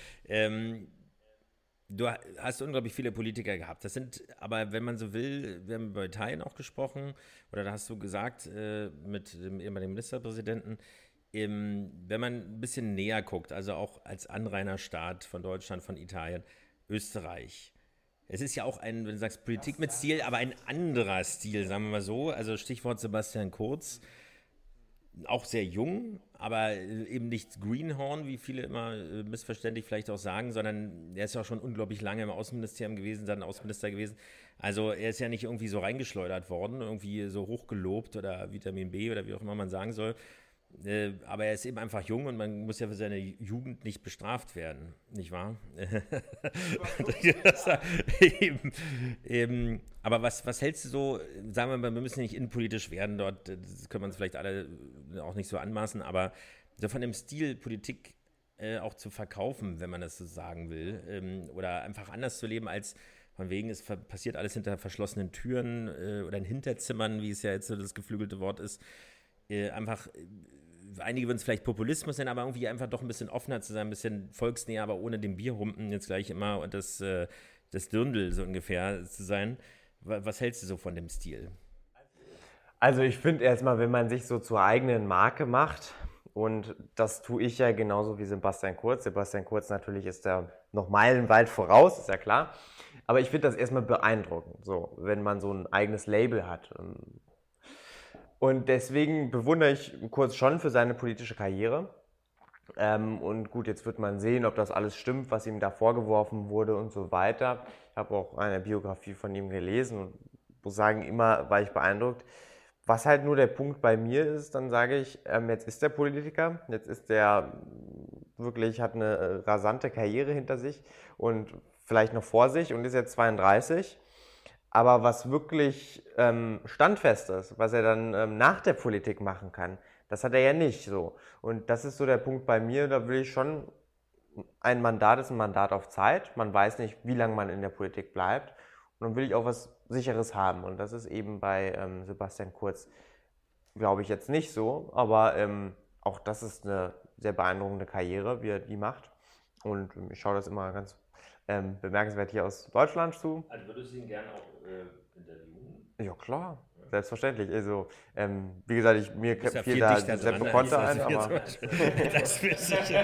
Du hast unglaublich viele Politiker gehabt. Das sind, aber wenn man so will, wir haben über Italien auch gesprochen, oder da hast du gesagt, mit dem ehemaligen Ministerpräsidenten, wenn man ein bisschen näher guckt, also auch als Anrainerstaat von Deutschland, von Italien, Österreich. Es ist ja auch ein, wenn du sagst, Politik mit Stil, aber ein anderer Stil, sagen wir mal so. Also Stichwort Sebastian Kurz, auch sehr jung, aber eben nicht Greenhorn, wie viele immer missverständlich vielleicht auch sagen, sondern er ist ja auch schon unglaublich lange im Außenministerium gewesen, dann Außenminister gewesen. Also er ist ja nicht irgendwie so reingeschleudert worden, irgendwie so hochgelobt oder Vitamin B oder wie auch immer man sagen soll. Aber er ist eben einfach jung und man muss ja für seine Jugend nicht bestraft werden, nicht wahr? Aber was hältst du so, sagen wir mal, wir müssen nicht innenpolitisch werden dort, das können wir uns vielleicht alle auch nicht so anmaßen, aber so von dem Stil Politik auch zu verkaufen, wenn man das so sagen will, oder einfach anders zu leben als von wegen, es passiert alles hinter verschlossenen Türen oder in Hinterzimmern, wie es ja jetzt so das geflügelte Wort ist. Einfach, einige würden es vielleicht Populismus nennen, aber irgendwie einfach doch ein bisschen offener zu sein, ein bisschen volksnäher, aber ohne den Bierhumpen jetzt gleich immer und das Dirndl so ungefähr zu sein. Was hältst du so von dem Stil? Also ich finde erstmal, wenn man sich so zur eigenen Marke macht, und das tue ich ja genauso wie Sebastian Kurz. Sebastian Kurz natürlich ist da noch meilenweit voraus, ist ja klar. Aber ich finde das erstmal beeindruckend, so, wenn man so ein eigenes Label hat. Und deswegen bewundere ich Kurz schon für seine politische Karriere. Und gut, jetzt wird man sehen, ob das alles stimmt, was ihm da vorgeworfen wurde und so weiter. Ich habe auch eine Biografie von ihm gelesen und muss sagen, immer war ich beeindruckt. Was halt nur der Punkt bei mir ist, dann sage ich, jetzt ist der Politiker, jetzt ist der wirklich, hat eine rasante Karriere hinter sich und vielleicht noch vor sich und ist jetzt 32. Aber was wirklich standfest ist, was er dann nach der Politik machen kann, das hat er ja nicht so. Und das ist so der Punkt bei mir, da will ich schon, ein Mandat ist ein Mandat auf Zeit. Man weiß nicht, wie lange man in der Politik bleibt. Und dann will ich auch was Sicheres haben. Und das ist eben bei Sebastian Kurz, glaube ich, jetzt nicht so. Aber auch das ist eine sehr beeindruckende Karriere, wie er die macht. Und ich schaue das immer ganz bemerkenswert hier aus Deutschland zu. Also würdest du ihn gerne auch interviewen? Ja, klar. Selbstverständlich. Also, wie gesagt, mir ja fiel da Sepp Konter ein, aber... Das wird sicher.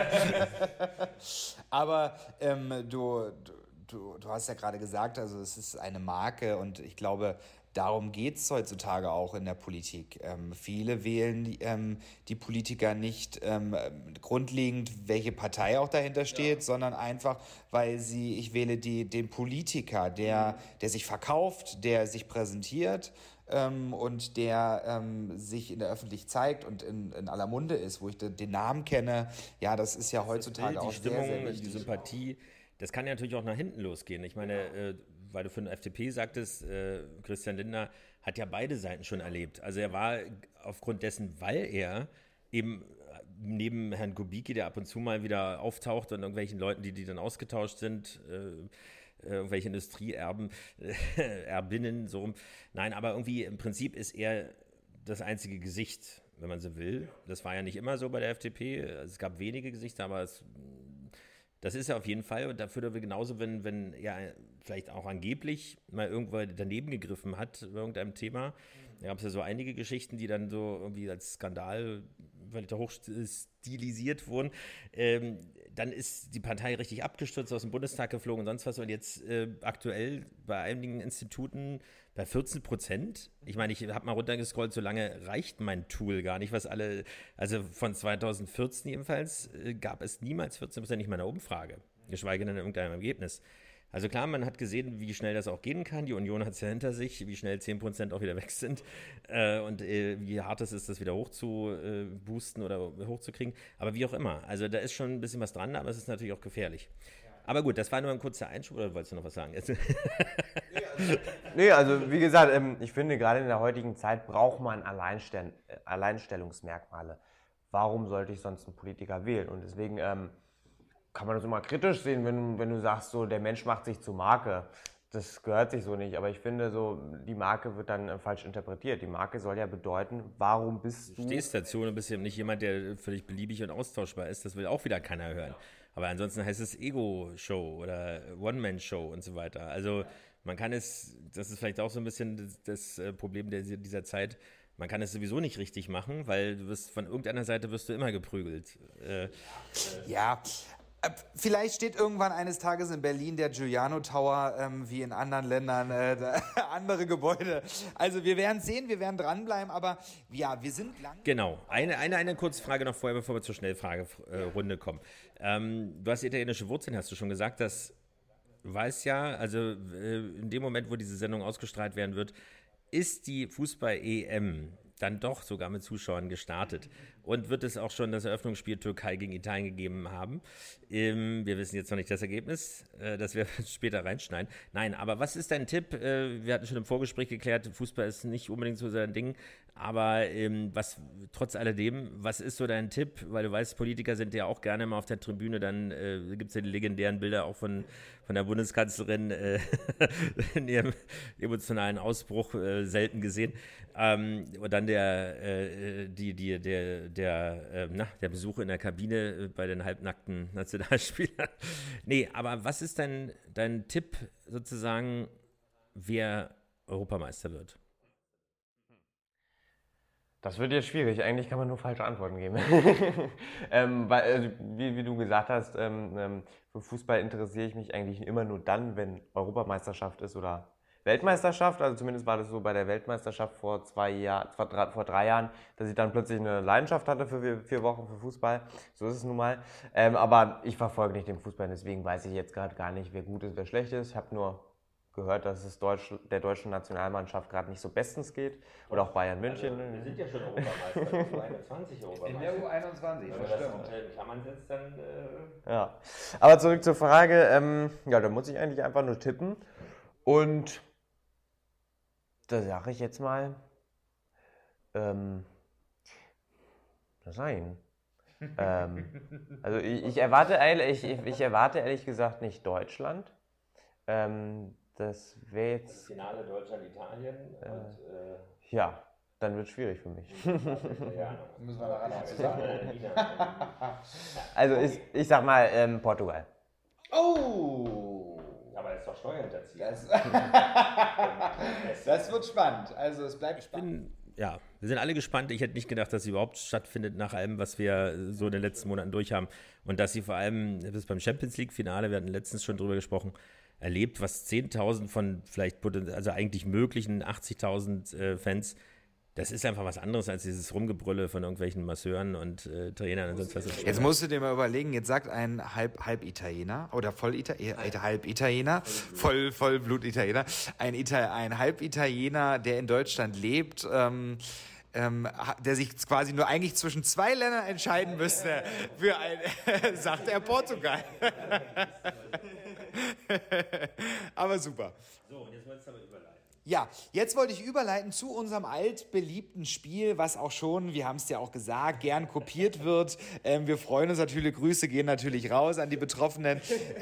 Aber du hast ja gerade gesagt, also es ist eine Marke und ich glaube, darum geht es heutzutage auch in der Politik. Viele wählen die Politiker nicht grundlegend, welche Partei auch dahinter steht, sondern einfach, weil ich wähle den Politiker, der sich verkauft, der sich präsentiert und der sich in der Öffentlichkeit zeigt und in aller Munde ist, wo ich den Namen kenne. Ja, das ist ja heutzutage auch die Stimmung, sehr, sehr wichtig. die Sympathie, das kann ja natürlich auch nach hinten losgehen. Ich meine, weil du für den FDP sagtest, Christian Lindner hat ja beide Seiten schon erlebt. Also er war aufgrund dessen, weil er eben neben Herrn Kubicki, der ab und zu mal wieder auftaucht und irgendwelchen Leuten, die dann ausgetauscht sind, irgendwelche Industrieerben, Erbinnen, so rum. Nein, aber irgendwie im Prinzip ist er das einzige Gesicht, wenn man so will. Das war ja nicht immer so bei der FDP. Es gab wenige Gesichter, aber das ist er auf jeden Fall. Und dafür wir genauso, wenn er vielleicht auch angeblich mal irgendwo daneben gegriffen hat bei irgendeinem Thema. Da gab es ja so einige Geschichten, die dann so irgendwie als Skandal vielleicht hoch stilisiert wurden. Dann ist die Partei richtig abgestürzt, aus dem Bundestag geflogen und sonst was. Und jetzt aktuell bei einigen Instituten bei 14%. Ich meine, ich habe mal runtergescrollt, so lange reicht mein Tool gar nicht, also von 2014 jedenfalls, gab es niemals 14%, nicht mal in der Umfrage, geschweige denn in irgendeinem Ergebnis. Also klar, man hat gesehen, wie schnell das auch gehen kann. Die Union hat es ja hinter sich, wie schnell 10% auch wieder weg sind und wie hart es ist, das wieder hochzuboosten oder hochzukriegen. Aber wie auch immer, also da ist schon ein bisschen was dran, aber es ist natürlich auch gefährlich. Aber gut, das war nur ein kurzer Einschub, oder wolltest du noch was sagen? Nee, also wie gesagt, ich finde, gerade in der heutigen Zeit braucht man Alleinstellungsmerkmale. Warum sollte ich sonst einen Politiker wählen? Und deswegen kann man das immer kritisch sehen, wenn du sagst, so der Mensch macht sich zur Marke. Das gehört sich so nicht, aber ich finde, so die Marke wird dann falsch interpretiert. Die Marke soll ja bedeuten, warum bist du... Du stehst dazu und bist eben nicht jemand, der völlig beliebig und austauschbar ist. Das will auch wieder keiner hören. Aber ansonsten heißt es Ego-Show oder One-Man-Show und so weiter. Also man kann das ist vielleicht auch so ein bisschen das Problem dieser Zeit, man kann es sowieso nicht richtig machen, weil von irgendeiner Seite wirst du immer geprügelt. Ja, vielleicht steht irgendwann eines Tages in Berlin der Giuliano Tower, wie in anderen Ländern, andere Gebäude. Also wir werden sehen, wir werden dranbleiben, aber ja, wir sind lang... Genau. Eine kurze Frage noch vorher, bevor wir zur Schnellfragerunde kommen. Du hast italienische Wurzeln, hast du schon gesagt, das weiß ja, also in dem Moment, wo diese Sendung ausgestrahlt werden wird, ist die Fußball-EM dann doch sogar mit Zuschauern gestartet. Und wird es auch schon das Eröffnungsspiel Türkei gegen Italien gegeben haben. Wir wissen jetzt noch nicht das Ergebnis, das wir später reinschneiden. Nein, aber was ist dein Tipp? Wir hatten schon im Vorgespräch geklärt, Fußball ist nicht unbedingt so sein Ding. Aber trotz alledem, was ist so dein Tipp? Weil du weißt, Politiker sind ja auch gerne mal auf der Tribüne. Dann gibt es ja die legendären Bilder auch von der Bundeskanzlerin in ihrem emotionalen Ausbruch, selten gesehen. Und dann der Besuch in der Kabine bei den halbnackten Nationalspielern. Nee, aber was ist dein Tipp sozusagen, wer Europameister wird? Das wird jetzt schwierig. Eigentlich kann man nur falsche Antworten geben. Weil, wie du gesagt hast, für Fußball interessiere ich mich eigentlich immer nur dann, wenn Europameisterschaft ist oder Weltmeisterschaft. Also zumindest war das so bei der Weltmeisterschaft vor 3 Jahren, dass ich dann plötzlich eine Leidenschaft hatte für 4 Wochen für Fußball. So ist es nun mal. Aber ich verfolge nicht den Fußball, deswegen weiß ich jetzt gerade gar nicht, wer gut ist, wer schlecht ist. Ich habe nur gehört, dass es der deutschen Nationalmannschaft gerade nicht so bestens geht. Oder auch Bayern München. Also, wir sind ja schon Europameister, U21 Europameister. In der U21, Wenn das man stimmt. das in Klammern setzt, dann... Ja, aber zurück zur Frage. Ja, da muss ich eigentlich einfach nur tippen. Und da sage ich jetzt mal, was sag ich denn? Also ich erwarte ehrlich gesagt nicht Deutschland. Das wäre jetzt... Finale Deutschland-Italien und... Ja, dann wird es schwierig für mich. Müssen wir daran zusammen. Also ich sag mal Portugal. Oh! Aber das ist doch Steuerhinterziehung. Das wird spannend. Also es bleibt spannend. Ja, wir sind alle gespannt. Ich hätte nicht gedacht, dass sie überhaupt stattfindet nach allem, was wir so in den letzten Monaten durch haben. Und dass sie vor allem, das beim Champions League-Finale, wir hatten letztens schon drüber gesprochen, erlebt, was 10.000 von vielleicht, also eigentlich möglichen 80.000 Fans, das ist einfach was anderes als dieses Rumgebrülle von irgendwelchen Masseuren und Trainern und sonst was. Jetzt musst du dir mal überlegen, jetzt sagt ein Halb-Italiener oder Halb-Italiener, Vollblut-Italiener, ein Halb-Italiener, der in Deutschland lebt, der sich quasi nur eigentlich zwischen 2 Ländern entscheiden müsste, sagt er Portugal. Aber super. So, und jetzt wolltest du aber überleiten. Ja, jetzt wollte ich überleiten zu unserem altbeliebten Spiel, was auch schon, wir haben es ja auch gesagt, gern kopiert wird. Wir freuen uns natürlich, Grüße gehen natürlich raus an die Betroffenen.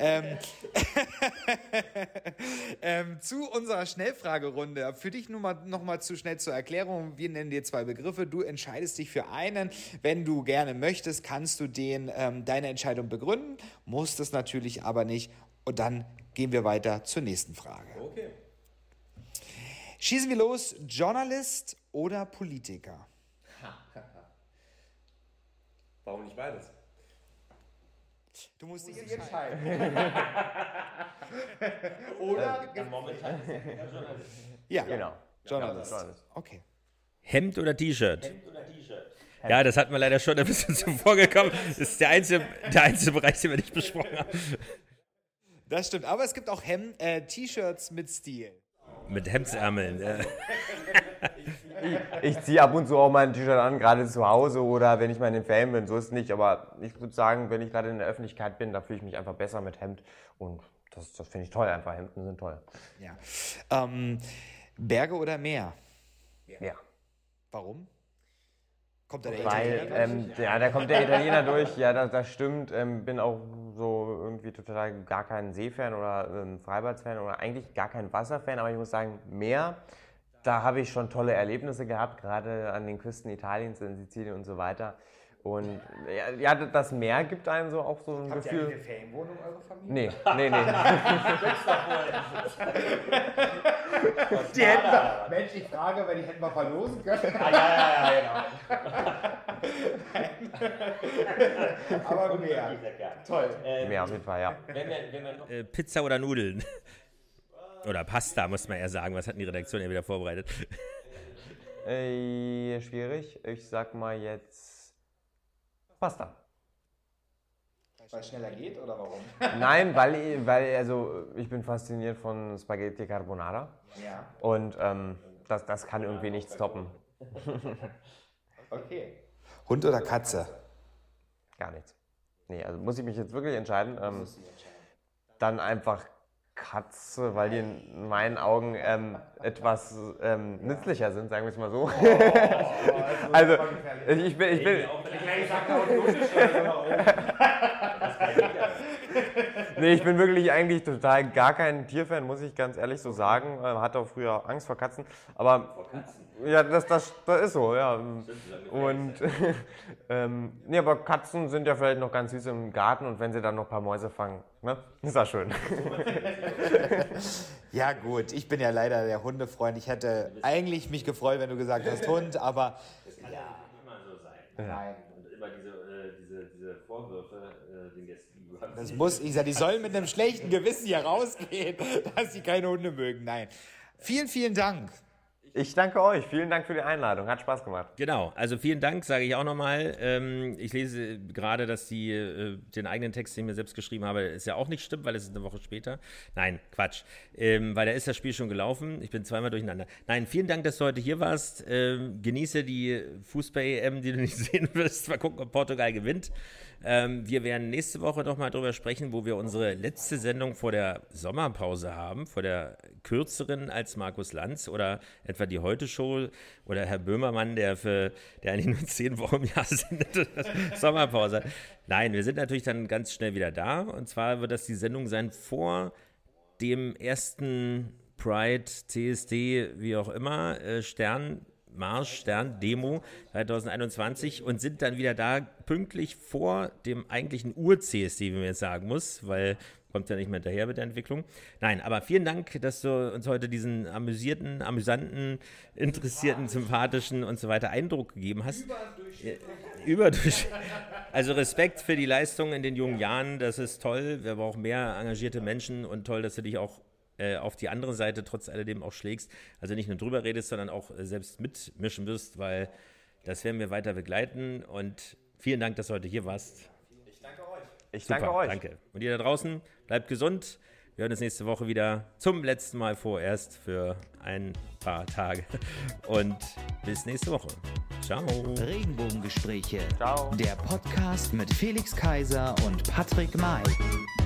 Zu unserer Schnellfragerunde. Für dich noch mal zu schnell zur Erklärung. Wir nennen dir 2 Begriffe. Du entscheidest dich für einen. Wenn du gerne möchtest, kannst du deine Entscheidung begründen. Musst es natürlich aber nicht. Und dann gehen wir weiter zur nächsten Frage. Okay. Schießen wir los, Journalist oder Politiker? Warum nicht beides? Du musst dich entscheiden. Oder? Momentan ist er Journalist. Ja, Genau. Journalist. Okay. Hemd oder T-Shirt? Ja, das hatten wir leider schon ein bisschen zuvor gekommen. Das ist der einzige Bereich, den wir nicht besprochen haben. Das stimmt, aber es gibt auch T-Shirts mit Stil. Mit Hemdsärmeln. Ich ziehe ab und zu auch mal ein T-Shirt an, gerade zu Hause oder wenn ich mal in den Ferien bin, so ist es nicht. Aber ich würde sagen, wenn ich gerade in der Öffentlichkeit bin, da fühle ich mich einfach besser mit Hemd. Und das finde ich toll einfach. Hemden sind toll. Ja. Berge oder Meer? Ja. Warum? Kommt da der Weil, Italiener? da kommt der Italiener durch. Ja, das stimmt. Bin auch so irgendwie total gar kein Seefan oder Freibad-Fan oder eigentlich gar kein Wasserfan. Aber ich muss sagen, Meer, da habe ich schon tolle Erlebnisse gehabt, gerade an den Küsten Italiens, in Sizilien und so weiter. Und ja, das Meer gibt einem so auch so ein Gefühl. Habt ihr eine Ferienwohnung, eure Familie? Nee. Die hätten wir, Mensch, ich frage, weil die hätten wir verlosen können. Ja, genau. Aber Meer. Toll. Meer auf jeden Fall, ja. Pizza oder Nudeln? Oder Pasta, muss man eher sagen. Was hat die Redaktion ja wieder vorbereitet? Schwierig. Ich sag mal jetzt Pasta. Weil es schneller geht oder warum? Nein, weil also ich bin fasziniert von Spaghetti Carbonara. Ja. Und das kann irgendwie nichts toppen. Okay. Hund oder Katze? Gar nichts. Nee, also muss ich mich jetzt wirklich entscheiden. Dann einfach Katze, weil die in meinen Augen etwas nützlicher sind, sagen wir es mal so. Also ich bin nee, ich bin wirklich eigentlich total gar kein Tierfan, muss ich ganz ehrlich so sagen. Hatte auch früher Angst vor Katzen, aber ja, das ist so, ja. Und nee, aber Katzen sind ja vielleicht noch ganz süß im Garten und wenn sie dann noch ein paar Mäuse fangen, ne, ist das schön. Ja gut, ich bin ja leider der Hundefreund. Ich hätte eigentlich mich gefreut, wenn du gesagt hast Hund, aber Das kann ja nicht immer so sein. nein. Und immer diese Vorwürfe den Gästen. Das muss ich sagen, die sollen mit einem schlechten Gewissen hier rausgehen, dass sie keine Hunde mögen. Nein. Vielen, vielen Dank. Ich danke euch. Vielen Dank für die Einladung. Hat Spaß gemacht. Genau, also vielen Dank, sage ich auch nochmal. Ich lese gerade, dass den eigenen Text, den ich mir selbst geschrieben habe, ist ja auch nicht stimmt, weil es ist eine Woche später. Nein, Quatsch. Weil da ist das Spiel schon gelaufen. Ich bin zweimal durcheinander. Nein, vielen Dank, dass du heute hier warst. Genieße die Fußball-EM, die du nicht sehen wirst. Mal gucken, ob Portugal gewinnt. Wir werden nächste Woche nochmal drüber sprechen, wo wir unsere letzte Sendung vor der Sommerpause haben, vor der kürzeren als Markus Lanz oder etwa die Heute-Show oder Herr Böhmermann, der eigentlich nur 10 Wochen im Jahr sendet, Sommerpause hat. Nein, wir sind natürlich dann ganz schnell wieder da und zwar wird das die Sendung sein vor dem ersten Pride, CSD, wie auch immer, Stern-Demo 2021 und sind dann wieder da pünktlich vor dem eigentlichen Ur-CSD, wie man jetzt sagen muss, weil kommt ja nicht mehr hinterher mit der Entwicklung. Nein, aber vielen Dank, dass du uns heute diesen amüsanten, interessierten, sympathischen und so weiter Eindruck gegeben hast. Überdurchschnittlich. Also Respekt für die Leistung in den jungen Jahren, das ist toll. Wir brauchen mehr engagierte Menschen und toll, dass du dich auch auf die andere Seite trotz alledem auch schlägst. Also nicht nur drüber redest, sondern auch selbst mitmischen wirst, weil das werden wir weiter begleiten. Und vielen Dank, dass du heute hier warst. Ich danke euch. Danke. Und ihr da draußen, bleibt gesund. Wir hören uns nächste Woche wieder zum letzten Mal vorerst für ein paar Tage. Und bis nächste Woche. Ciao. Regenbogengespräche. Ciao. Der Podcast mit Felix Kaiser und Patrick May.